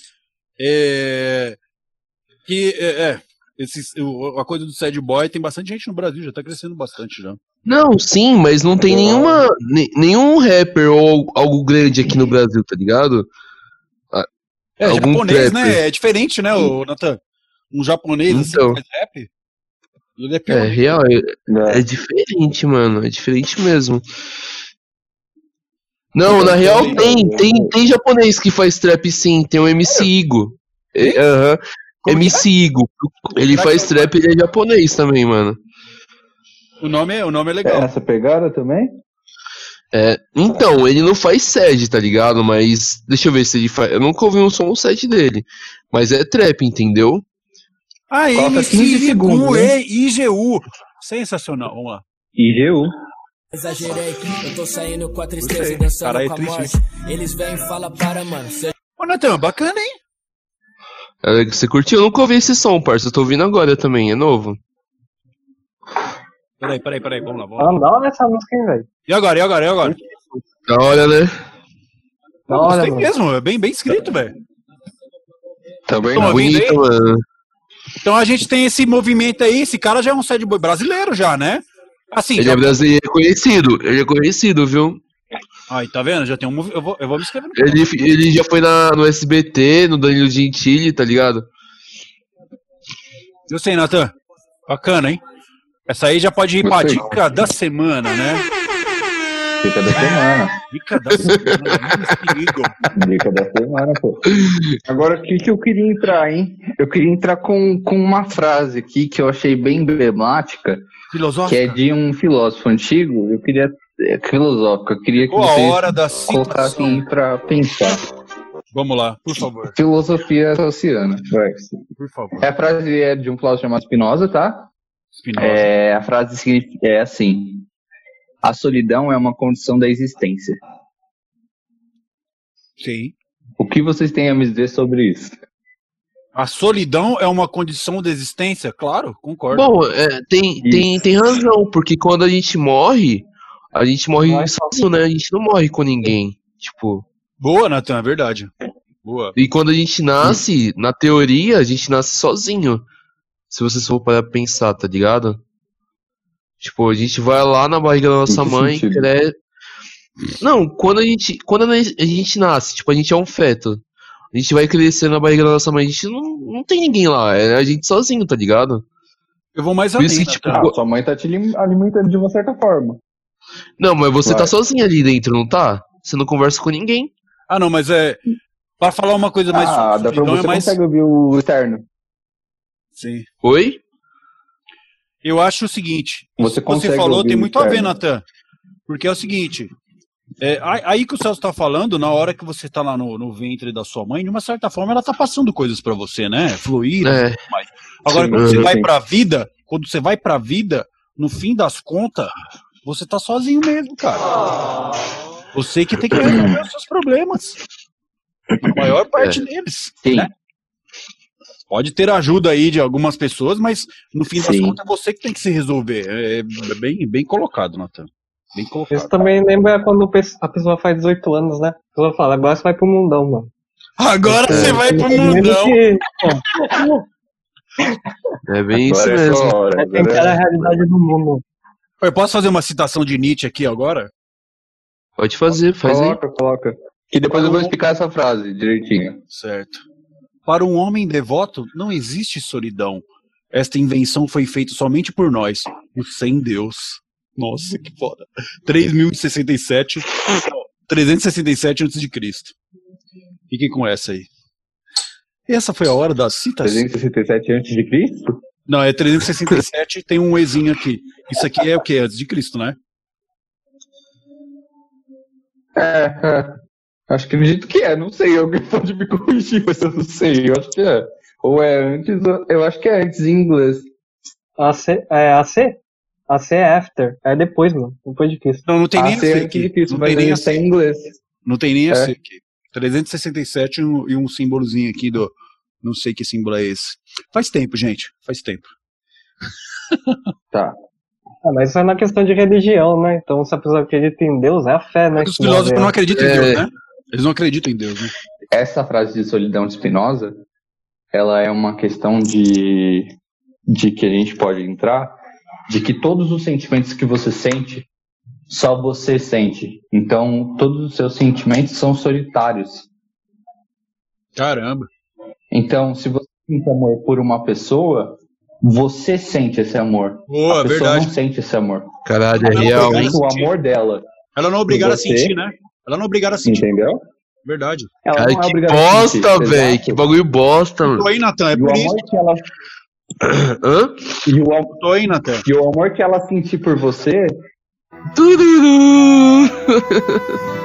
A coisa do sad boy tem bastante gente no Brasil, já tá crescendo bastante já. Não, sim, mas não tem nenhum rapper ou algo grande aqui no Brasil, tá ligado? Algum Japonês, trapper. né? É diferente, né, o Nathan? Um japonês assim Então. que faz rap. Ele é É pioneiro. real, é diferente, mano. É diferente mesmo. Não, na real tem japonês que faz trap sim. Tem o MC Igo. Aham. Como que MC Igo. Ele faz trap, ele é japonês também, mano. O nome é É legal. essa pegada também? Então, ele não faz sad, tá ligado? Mas deixa eu ver se ele faz. Eu nunca ouvi um som sad dele. Mas é trap, entendeu? Coloca 15 segundos, com né? IGU. Sensacional, vamos lá. IGU. Exagerei, eu tô saindo com a tristeza Gostei. e dançando Caralho, com a triste, morte. Eles vêm e falam para, mano. Ô, Natan, bacana, hein? Você curtiu? Eu nunca ouvi esse som, parça. Eu tô ouvindo agora também, é novo. Peraí, vamos lá. Ah, da hora essa música, hein, velho. E agora? Da hora, né? Da hora, Gostei mano. mesmo, é bem escrito, velho. Também Tão ouvindo bonito, aí? mano. Então a gente tem esse movimento aí, esse cara já é um sad boy brasileiro já, né? Assim, Ele já... é brasileiro, ele é conhecido, viu? Aí, tá vendo? Já tem um movimento. Eu vou me inscrever no Ele já foi no SBT, no Danilo Gentili, tá ligado? Eu sei, Natan. Bacana, hein? Essa aí já pode ir pra Gostei. dica da semana, né? Dica da semana. Dica da semana. Dica da semana, pô. Agora, o que eu queria entrar, hein? Eu queria entrar com uma frase aqui que eu achei bem emblemática, que Filosófica. é de um filósofo antigo. Eu queria filosófica. Eu queria que Chegou a vocês hora da colocassem aí citação. pra pensar. Vamos lá, por favor. Filosofia sociana. Por favor. A frase é de um filósofo chamado Spinoza, tá? Spinoza. A frase é assim: a solidão é uma condição da existência. Sim. O que vocês têm a me dizer sobre isso? A solidão é uma condição de existência? Claro, concordo. Bom, tem razão, porque quando a gente morre sozinho, né? A gente não morre com ninguém. Tipo. Boa, Natan, é verdade. Boa. E quando a gente nasce, na teoria, a gente nasce sozinho. Se você for para pensar, tá ligado? Tipo, a gente vai lá na barriga da nossa Em que mãe, sentido? Não, quando a gente nasce, tipo, a gente é um feto. A gente vai crescer na barriga da nossa mãe, a gente não tem ninguém lá, é a gente sozinho, tá ligado? Eu vou mais Por além, isso que, tipo, Natan. Sua mãe tá te alimentando de uma certa forma. Não, mas você Vai. tá sozinho ali dentro, não tá? Você não conversa com ninguém. Ah, não, mas é... Pra falar uma coisa mais Dá pra solidão você é mais... consegue ouvir o externo. Sim. Oi? Eu acho o seguinte, Você isso que você consegue falou ouvir tem o muito a ver, externo. Natan. Porque é o seguinte, aí que o Celso tá falando, na hora que você tá lá no ventre da sua mãe, de uma certa forma ela tá passando coisas pra você, né? Fluidas e tudo mais. Agora, quando você vai pra vida, no fim das contas, você tá sozinho mesmo, cara. Você que tem que resolver os seus problemas. A maior parte deles, Sim. né? Pode ter ajuda aí de algumas pessoas, mas no fim das Sim. contas é você que tem que se resolver. É bem colocado, Natan. Bem Isso colocado. também lembra quando a pessoa faz 18 anos, né? A pessoa fala, agora você vai pro mundão, mano. Agora você vai pro Mesmo mundão. que, É bem isso Agora é mesmo. sua hora. tem que ter a realidade do mundo. Eu posso fazer uma citação de Nietzsche aqui agora? Pode fazer, faz aí. Coloca. E depois eu vou explicar essa frase direitinho. Certo. Para um homem devoto, não existe solidão. Esta invenção foi feita somente por nós, os sem Deus. Nossa, que foda. 3.067, 367 a.C. Fiquem com essa aí. E essa foi a hora da citação. 367 a.C.? Não, é 367, tem um Ezinho aqui. Isso aqui é o quê? Antes de Cristo, né? Acho que acredito que é, não sei. Alguém pode me corrigir, mas eu não sei. Eu acho que é. Ou é antes, eu acho que é antes em inglês. AC? AC é after. É depois, mano. Depois de Cristo. Não tem nem AC AC é antes aqui. de Cristo, Não mas tem nem ele AC. tá em inglês. Não tem nem AC É. aqui. 367 e um símbolozinho aqui do... Não sei que símbolo é esse. Faz tempo, gente. Faz tempo. Tá. Ah, mas isso é na questão de religião, né? Então, se a pessoa acredita em Deus, é a fé, né? Os filósofos não acreditam em É. Deus, né? Eles não acreditam em Deus, né? Essa frase de solidão de Spinoza, ela é uma questão de que a gente pode entrar, de que todos os sentimentos que você sente, só você sente. Então, todos os seus sentimentos são solitários. Caramba. Então, se você sente amor por uma pessoa, você sente esse amor. Boa, a pessoa verdade. não sente esse amor. Caralho, é Não, real, não, hein? O amor dela, Ela não é obrigada a Você- sentir, né? Ela não é obrigada a sentir. entendeu? Verdade. Ela Cara, não é que obrigada a sentir, bosta, velho. exato. Que bagulho bosta, mano. Tô aí, Natan. É E o por isso. amor que ela Hã? Tô aí, Natan. e o amor que ela sentir por você, Tururu.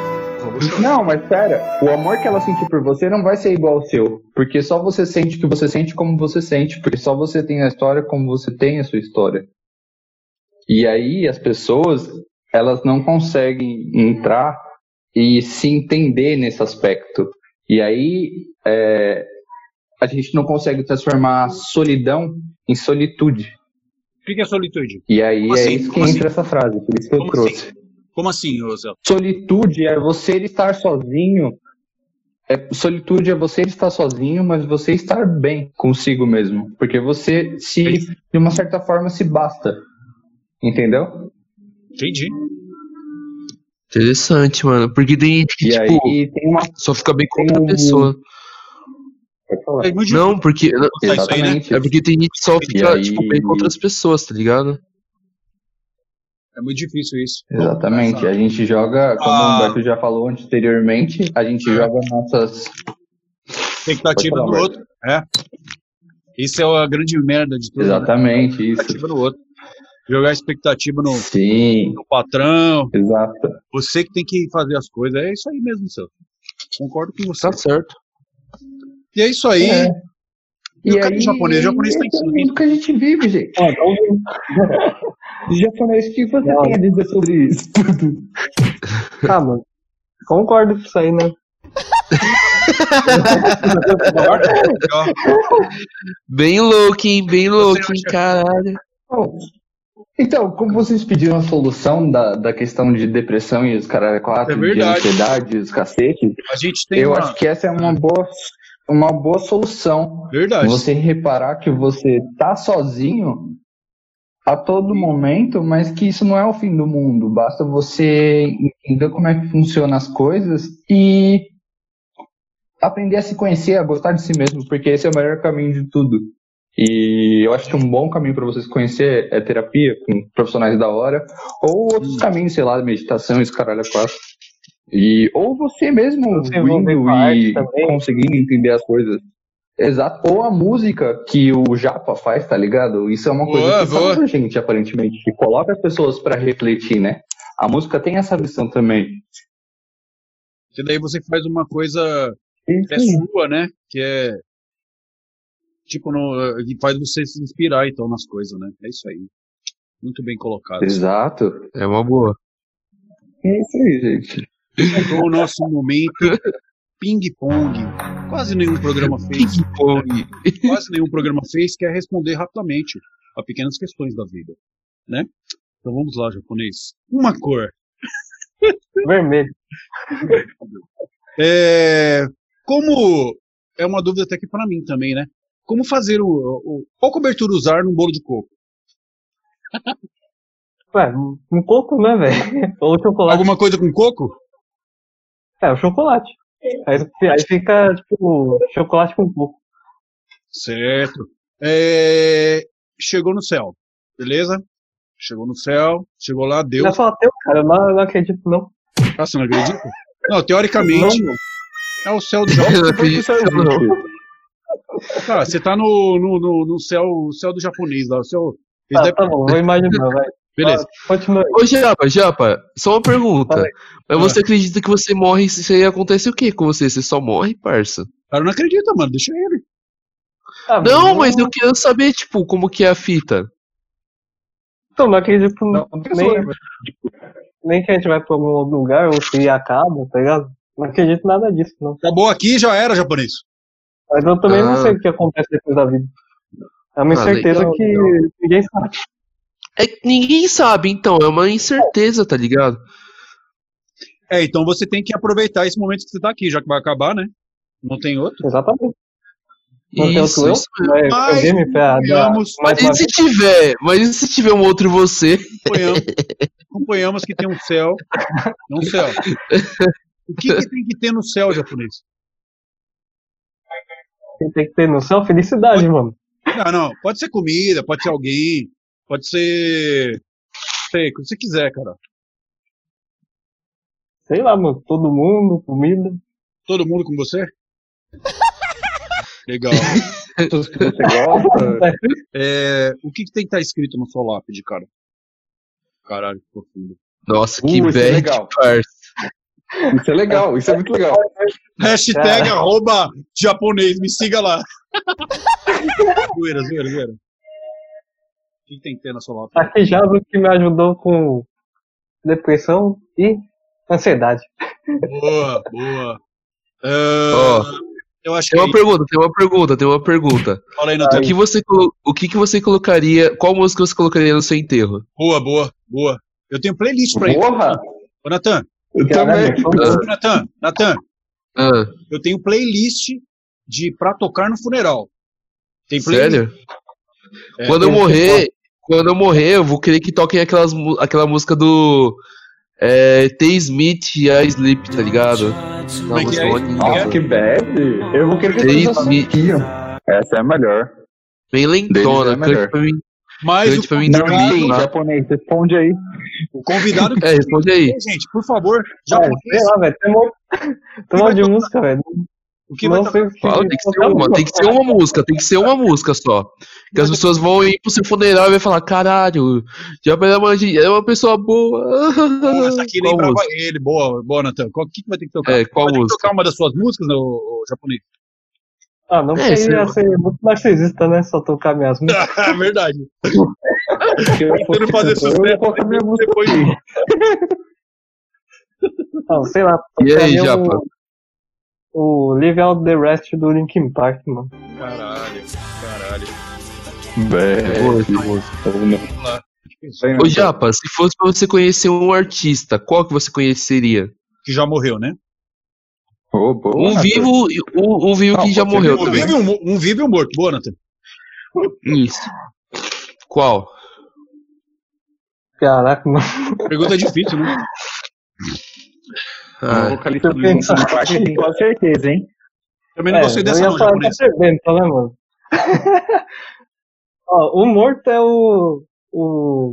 só vou chorar. Não, mas pera, o amor que ela sentir por você não vai ser igual ao seu, porque só você sente o que você sente como você sente, porque só você tem a história como você tem a sua história. E aí as pessoas, elas não conseguem entrar e se entender nesse aspecto. E aí a gente não consegue transformar a solidão em solitude. O que é solitude? E aí Como assim? isso que Como entra assim? essa frase, por isso que eu Como trouxe. assim? Como assim, Zé? Solitude é você estar sozinho. Solitude é você estar sozinho, mas você estar bem consigo mesmo. Porque você de uma certa forma, se basta. Entendeu? Entendi. Interessante, mano. Porque tem gente que, E tipo, aí tem uma. só fica bem com tem outra pessoa. Pode falar. É muito Não, porque. difícil isso aí, né? Exatamente. É porque tem gente que só fica, aí- tipo, bem com outras pessoas, tá ligado? É muito difícil isso. Exatamente. A gente joga, como o Humberto já falou anteriormente, a gente joga nossas. Expectativa Pode no falar, outro. É. Isso é a grande merda de tudo. Né? Exatamente, isso. Expectativa no outro. Jogar expectativa Sim, no patrão. exato. Você que tem que fazer as coisas. É isso aí mesmo, seu. Concordo com você. Tá certo. E é isso aí. É. E o cara é japonês? O japonês tá esse é o ensinando. mundo que a gente vive, gente. Japonês, o que você tem a dizer sobre isso? Ah, mano. Concordo com isso aí, né? Bem louco, hein? Bem louco, hein? Caralho. Bom, então, como vocês pediram a solução da questão de depressão e os caras quatro, É de verdade. ansiedade, os cacetes, A gente tem eu uma... acho que essa é uma boa solução. Verdade. Você reparar que você tá sozinho a todo momento, mas que isso não é o fim do mundo. Basta você entender como é que funcionam as coisas e aprender a se conhecer, a gostar de si mesmo, porque esse é o melhor caminho de tudo. E eu acho que um bom caminho para você se conhecer é terapia com profissionais da hora, ou outros caminhos, sei lá, meditação, esse caralho é quatro. Ou você mesmo Se envolver indo com a arte e também. conseguindo entender as coisas. Exato. Ou a música que o Japa faz, tá ligado? Isso é uma coisa Boa, que boa. salva a gente, aparentemente, que coloca as pessoas para refletir, né? A música tem essa missão também. Que daí você faz uma coisa que é Sim. sua, né? Que é... Tipo, que faz você se inspirar, então, nas coisas, né? É isso aí. Muito bem colocado. Exato. É uma boa. É isso aí, gente. Chegou o nosso momento ping-pong. Quase nenhum programa fez. Quase nenhum programa fez, que é responder rapidamente a pequenas questões da vida, né? Então vamos lá, japonês. Uma cor. Vermelho. Como é uma dúvida até que para mim também, né? Como fazer qual cobertura usar num bolo de coco? Ué, um coco, né, velho? Ou chocolate. Alguma coisa com coco? É, o chocolate. Aí fica, tipo, chocolate com coco. Certo. Chegou no céu, beleza? Chegou no céu, chegou lá, Deus. Já só ateu, cara, eu não acredito, não. Ah, você não acredita? Não, teoricamente, Não. é o céu do Eu não Japão. acredito, não. Cara, você tá no céu do japonês lá. O céu. Eles Tá, devem- tá bom, vou imaginar, vai. Beleza. Continua aí. Ô, Japa, só uma pergunta. Fala aí. Mas você acredita que você morre se aí acontece o que com você? Você só morre, parça? O cara não acredita, mano. Deixa ele. Ah, Não, mas eu queria saber, tipo, como que é a fita. Então, não acredito Não, nem que a gente vai pra algum outro lugar ou se acaba, tá ligado? Não acredito em nada disso, não. Acabou aqui, já era, japonês. Mas eu também não Ah. sei o que acontece depois da vida. É uma incerteza legal, que legal. ninguém sabe. É que ninguém sabe, então, é uma incerteza, tá ligado? Então você tem que aproveitar esse momento que você tá aqui, já que vai acabar, né? Não tem outro. Exatamente. Não tem Isso, outro eu? isso. Mas Mas videogame pra dar convenhamos- mais Mas uma e se tiver? Mas e se tiver um outro você? Acompanhamos que tem um céu. Não um céu. O que tem que ter no céu, japonês? vez tem que ter noção? Felicidade, mano. Não. Pode ser comida, pode ser alguém, pode ser. Sei, o que você quiser, cara. Sei lá, mano. Todo mundo, comida. Todo mundo com você? Legal. Pessoas que você gosta. O que tem que estar escrito na sua lápide, cara? Caralho, que profundo. Nossa, que Isso é bad, legal. parça. Isso é legal, isso é muito legal. Hashtag @japonês, me siga lá. Zoeira. O que tem que ter na sua lata? Aqui já o que me ajudou com depressão e ansiedade. Boa. Ó, Eu acho tem que uma pergunta. fala aí, Natan. O que você colocaria, qual música você colocaria no seu enterro? Boa. Eu tenho playlist pra isso. Porra! Ô, Natan. Eu também. Natan. Ah, Eu tenho playlist pra tocar no funeral. Tem playlist. sério? É. Quando eu morrer, eu vou querer que toquem aquela música do T. Smith e a Sleep, tá ligado? Como é que é? Nossa, que bad. Eu vou querer que Tem vocês Smith. associam. Essa é a melhor. Bem lentona, Deles é melhor. cante pra mim. Mas Cante pra mim Não, dormir. sim, Tá? japonês, responde aí. o convidado que Responde aí. gente, por favor, Sei lá, velho. Tem um monte de música, velho. o que vai Não sei tocar? o que. Fala, tem que ser uma música só. Que as pessoas vão ir pro seu funeral e vai falar, caralho, já é uma pessoa boa. Essa aqui Qual lembrava música? ele. Boa, Natan. O que vai ter que tocar? Qual Vai ter que música? tocar uma das suas músicas no japonês? Ah, não É, queria ser muito narcisista, né? Só tocar minhas músicas. Verdade. Tentando fazer sucesso, depois Não, sei lá. E aí, tocaria Japa? o Live Out the Rest do Linkin Park, mano. Caralho. Ô, Japa, se fosse pra você conhecer um artista, qual que você conheceria? Que já morreu, né? Um vivo que já morreu Um também. vivo e um morto. Boa, Natan. Isso. Qual? Caraca, mano. Pergunta difícil, né? Ah, vocalista do Linkin Park tem quase certeza, hein? Também não gostei dessa eu não, ia falar japonês. Chester Bennington, né, mano? Ó, o morto é o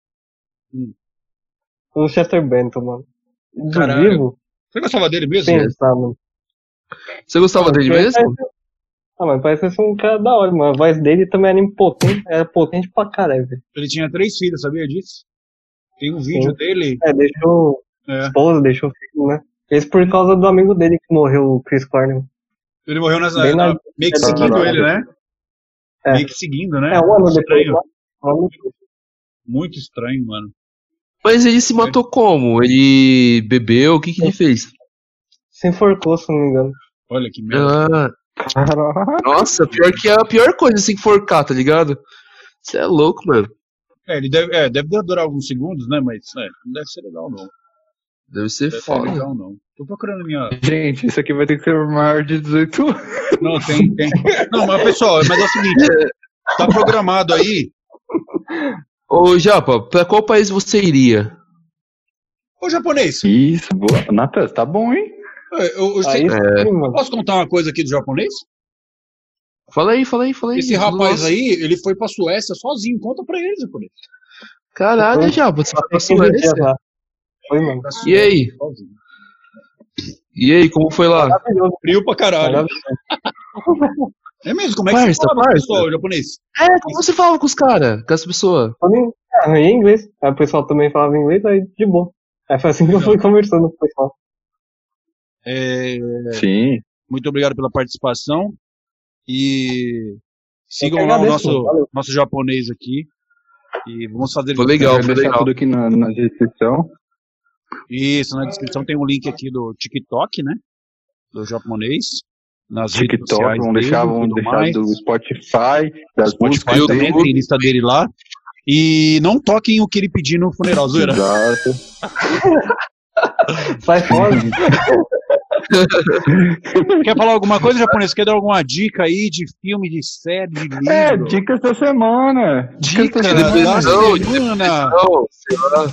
Chester Bennington, mano. Do Caralho. vivo, Você gostava dele mesmo? pensar, mano. você gostava dele Porque mesmo? Mano, parece ser um cara da hora, mano. A voz dele também era potente pra caralho, velho. Ele tinha 3 filhos, sabia disso? Tem um vídeo dele. Deixou É. esposa, deixou filho, né? Isso por causa do amigo dele que morreu, o Chris Cornell. Ele morreu Bem na- meio que seguindo ele, né? É. Meio que seguindo, né? Um ano depois, Estranho. lá. Um ano depois. Muito estranho, mano. Mas ele se matou como? Ele bebeu? O que ele fez? Se enforcou, se não me engano. Olha que merda. Ah, nossa, pior que é a pior coisa se enforcar, tá ligado? Você é louco, mano. Ele deve durar alguns segundos, né? Mas não deve ser legal, não. Deve ser Deve ser foda. legal, não. Tô procurando minha. Gente, isso aqui vai ter que ser maior de 18 anos. Não, tem. Não, mas pessoal, mas é o seguinte. Tá programado aí. Ô, Japa, pra qual país você iria? Ô, japonês, Isso, boa. Natan, tá bom, hein? Aí sim, mano. posso contar uma coisa aqui do japonês? Fala aí. Esse rapaz Nossa. aí, ele foi pra Suécia sozinho. Conta pra ele, japonês. Caralho, Japa, você foi pra 15 dias Suécia? lá. Foi, mano. E aí? Sozinho. E aí, como foi lá? Maravilhoso. Frio pra caralho. Maravilhoso. É mesmo? Como é que você Parça, fala com o parça. pessoal japonês? Como você falava com os caras, com as pessoas? Em inglês. Aí o pessoal também falava inglês, aí de boa. Aí foi assim que eu fui conversando com o pessoal. Sim. Muito obrigado pela participação. E sigam Eu que lá o agradeço, valeu. nosso japonês aqui. E vamos fazer. Foi legal, Vai foi deixar legal. tudo aqui na descrição. Isso, na descrição tem um link aqui do TikTok, né? Do japonês. Nas redes TikTok, sociais vamos dele, deixar tudo mais. do Spotify, das Spotify músicas também dele. tem lista dele lá. E não toquem o que ele pedir no funeral, zoeira. Exato. Sai fora. Quer falar alguma coisa, japonês? Quer dar alguma dica aí de filme, de série, de livro? Dicas da semana. Dica da da semana. semana. Não, sei lá.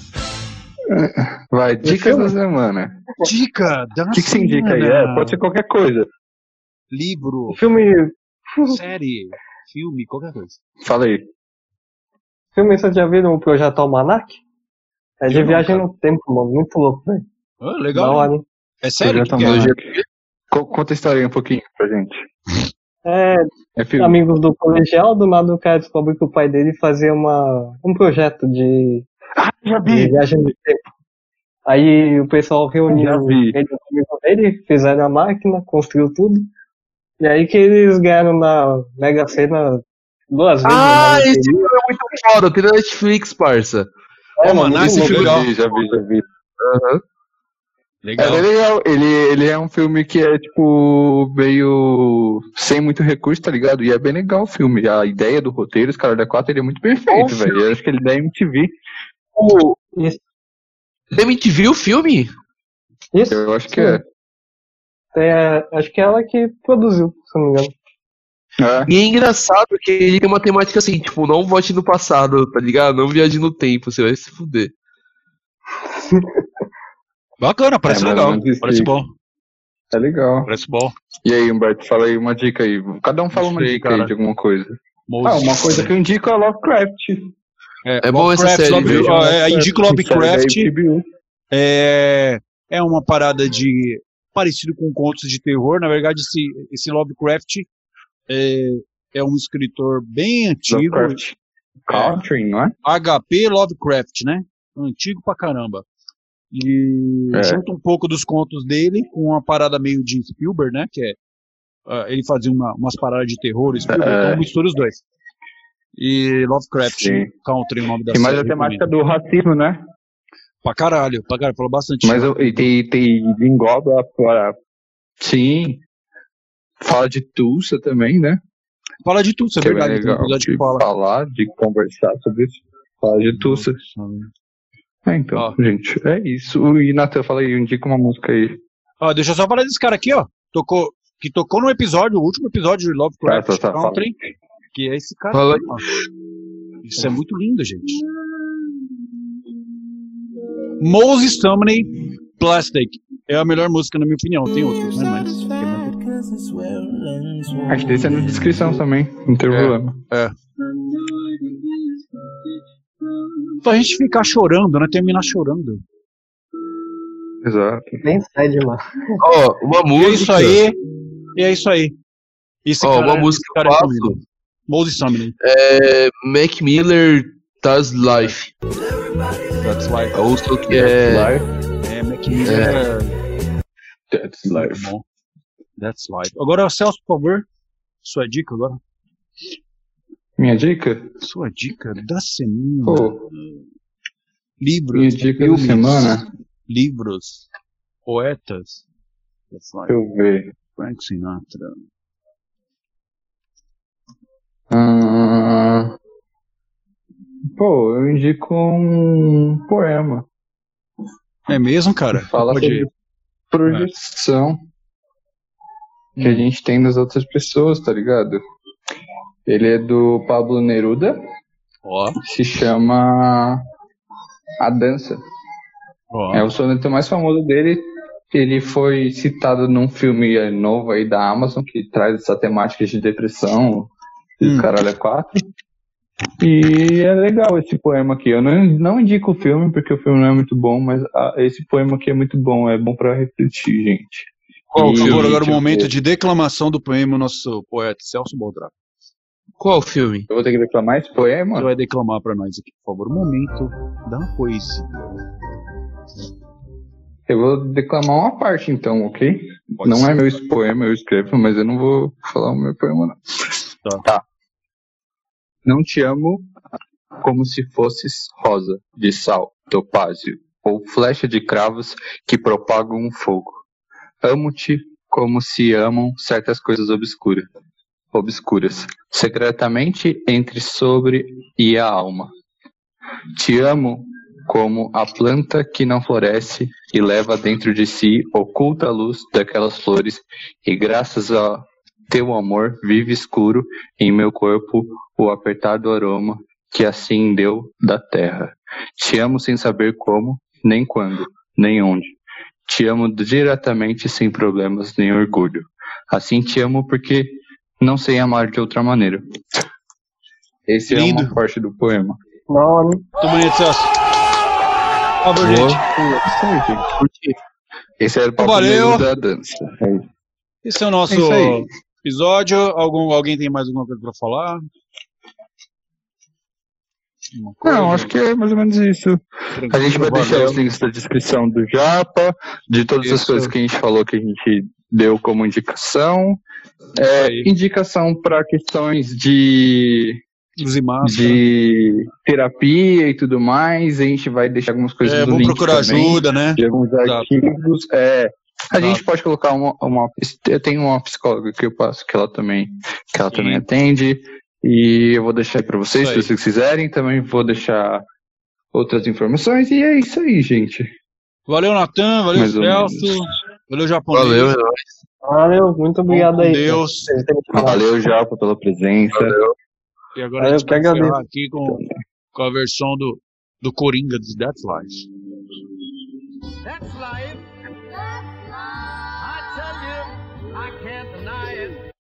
Vai, dicas da semana. Dica da O que você indica aí? semana. Pode ser qualquer coisa. Livro, O filme série, filme, qualquer coisa. Fala aí. vocês já viram o Projeto Almanac? É de Eu não, viagem cara. no tempo, mano. Muito louco, velho. Ah, Da legal. hora, hein? É sério? Projeto Que é? Almanac. Conta a história aí um pouquinho pra gente. É filme. Amigos do colegial, do nada o cara descobre que o pai dele fazia um projeto de Já viagem no tempo. Aí o pessoal Já reuniu vi. ele, o amigo dele, fizeram a máquina, construiu tudo. E aí que eles ganharam na Mega Sena 2 vezes na Ah, esse loteria. filme é muito foda, tem na Netflix, parça. Ô, Mano, mano, muito esse louco. filme é legal. Já vi. Aham. Legal. É legal. Ele é um filme que é, tipo, meio sem muito recurso, tá ligado? E é bem legal o filme. A ideia do roteiro, os caras da 4, ele é muito perfeito, velho. Eu acho que ele é da MTV. O Isso. MTV, o filme? Isso. Eu acho que é. Acho que é ela que produziu, se não me engano. É. E é engraçado que ele tem uma temática assim, tipo, não volte no passado, tá ligado? Não viaje no tempo, você vai se fuder. Bacana, parece mais legal. ou menos isso Parece aí. bom. É legal. Parece bom. E aí, Humberto, fala aí uma dica aí. Cada um fala Não uma sei, dica aí cara. de alguma coisa. Moses. Uma coisa que eu indico é Lovecraft. É bom essa série, Lovecraft, viu? indico Série da Lovecraft. HBO. É uma parada de parecido com contos de terror. Na verdade, esse Lovecraft é um escritor bem antigo. Lovecraft Country, não é? HP Lovecraft, né? Antigo pra caramba. E junta um pouco dos contos dele com uma parada meio de Spielberg, né? Que ele fazia umas paradas de terror, Spielberg, então mistura os dois. E Lovecraft Country, o nome da Tem mais série. a temática do racismo, né? Pra caralho, falou bastante. Mas engloba sim. Fala de Tulsa também, né? Fala de Tulsa, é Que verdade. é Tem um legal episódio que de fala. falar, de conversar sobre isso. Fala de Tulsa. Então, gente, é isso. E Nathan, fala aí, indica uma música aí. Deixa eu só falar desse cara aqui, ó. Que tocou no episódio, o último episódio de Lovecraft Country. Que é esse cara Fala aqui, ó. Isso é muito lindo, gente. Moses Sumney Plastic. É a melhor música, na minha opinião. Tem outros, né? Mas. Acho que deixa na descrição também. Não tem problema. Pra gente ficar chorando, né? Terminar chorando. Exato. Nem sai de lá. Ó, uma música. E é isso aí. Uma música que eu faço. Moses Sumney. Mac Miller, That's Life. That's Life. A música que é... Mac Miller. That's Life. Bom. That's Life. Agora, Celso, por favor. Sua dica agora. Minha dica? Sua dica da semana. Pô, Livros. minha dica filmes, da semana? Livros. Poetas. That's Life. Deixa eu ver. Frank Sinatra. Pô, eu indico um poema. É mesmo, cara? Fala sobre projeção que a gente tem nas outras pessoas, tá ligado? Ele é do Pablo Neruda. Se chama A Dança. É o soneto mais famoso dele. Ele foi citado num filme novo aí da Amazon que traz essa temática de depressão e caralho é 4. E é legal esse poema aqui. Eu não indico o filme porque o filme não é muito bom, mas esse poema aqui é muito bom. É bom pra refletir, gente. Por favor, agora o momento de declamação do poema do nosso poeta Celso Baldrato. Qual filme? Eu vou ter que declamar esse poema? Você vai declamar pra nós aqui, por favor. O momento da poesia. Eu vou declamar uma parte então, ok? Pode não ser. é meu poema, eu escrevo, mas eu não vou falar o meu poema não. Tá. Não te amo como se fosses rosa de sal, topázio, ou flecha de cravos que propagam um fogo. Amo-te como se amam certas coisas obscuras, secretamente entre sobre e a alma. Te amo como a planta que não floresce e leva dentro de si oculta luz daquelas flores, e graças a teu amor vive escuro em meu corpo o apertado aroma que assim deu da terra. Te amo sem saber como, nem quando, nem onde. Te amo diretamente sem problemas nem orgulho. Assim te amo porque não sei amar de outra maneira. Esse Lindo. é uma parte do poema. Não, Muito bonito, Celso. Por favor, gente. Esse era o papo Valeu. da dança. Esse é o nosso isso aí. episódio. Alguém tem mais alguma coisa pra falar? Uma coisa, Não, acho que é mais ou menos isso. A gente vai deixar os links da descrição do Japa, de todas as coisas que a gente falou que a gente deu como indicação. Indicação para questões de terapia e tudo mais. A gente vai deixar algumas coisas do vamos link procurar também, ajuda, né? de alguns artigos. A gente pode colocar eu tenho uma psicóloga que eu passo que ela também atende. E eu vou deixar aí pra vocês, se vocês quiserem. Também vou deixar outras informações. E é isso aí, gente. Valeu, Natan. Valeu, Celso. Valeu, japonês. Valeu, é nóis. Valeu, muito obrigado aí. Deus. Valeu, Japa, pela presença. Valeu. E agora a gente vai encerrar aqui com a versão do Coringa de That's Life. That's life. I tell you, I can't deny it.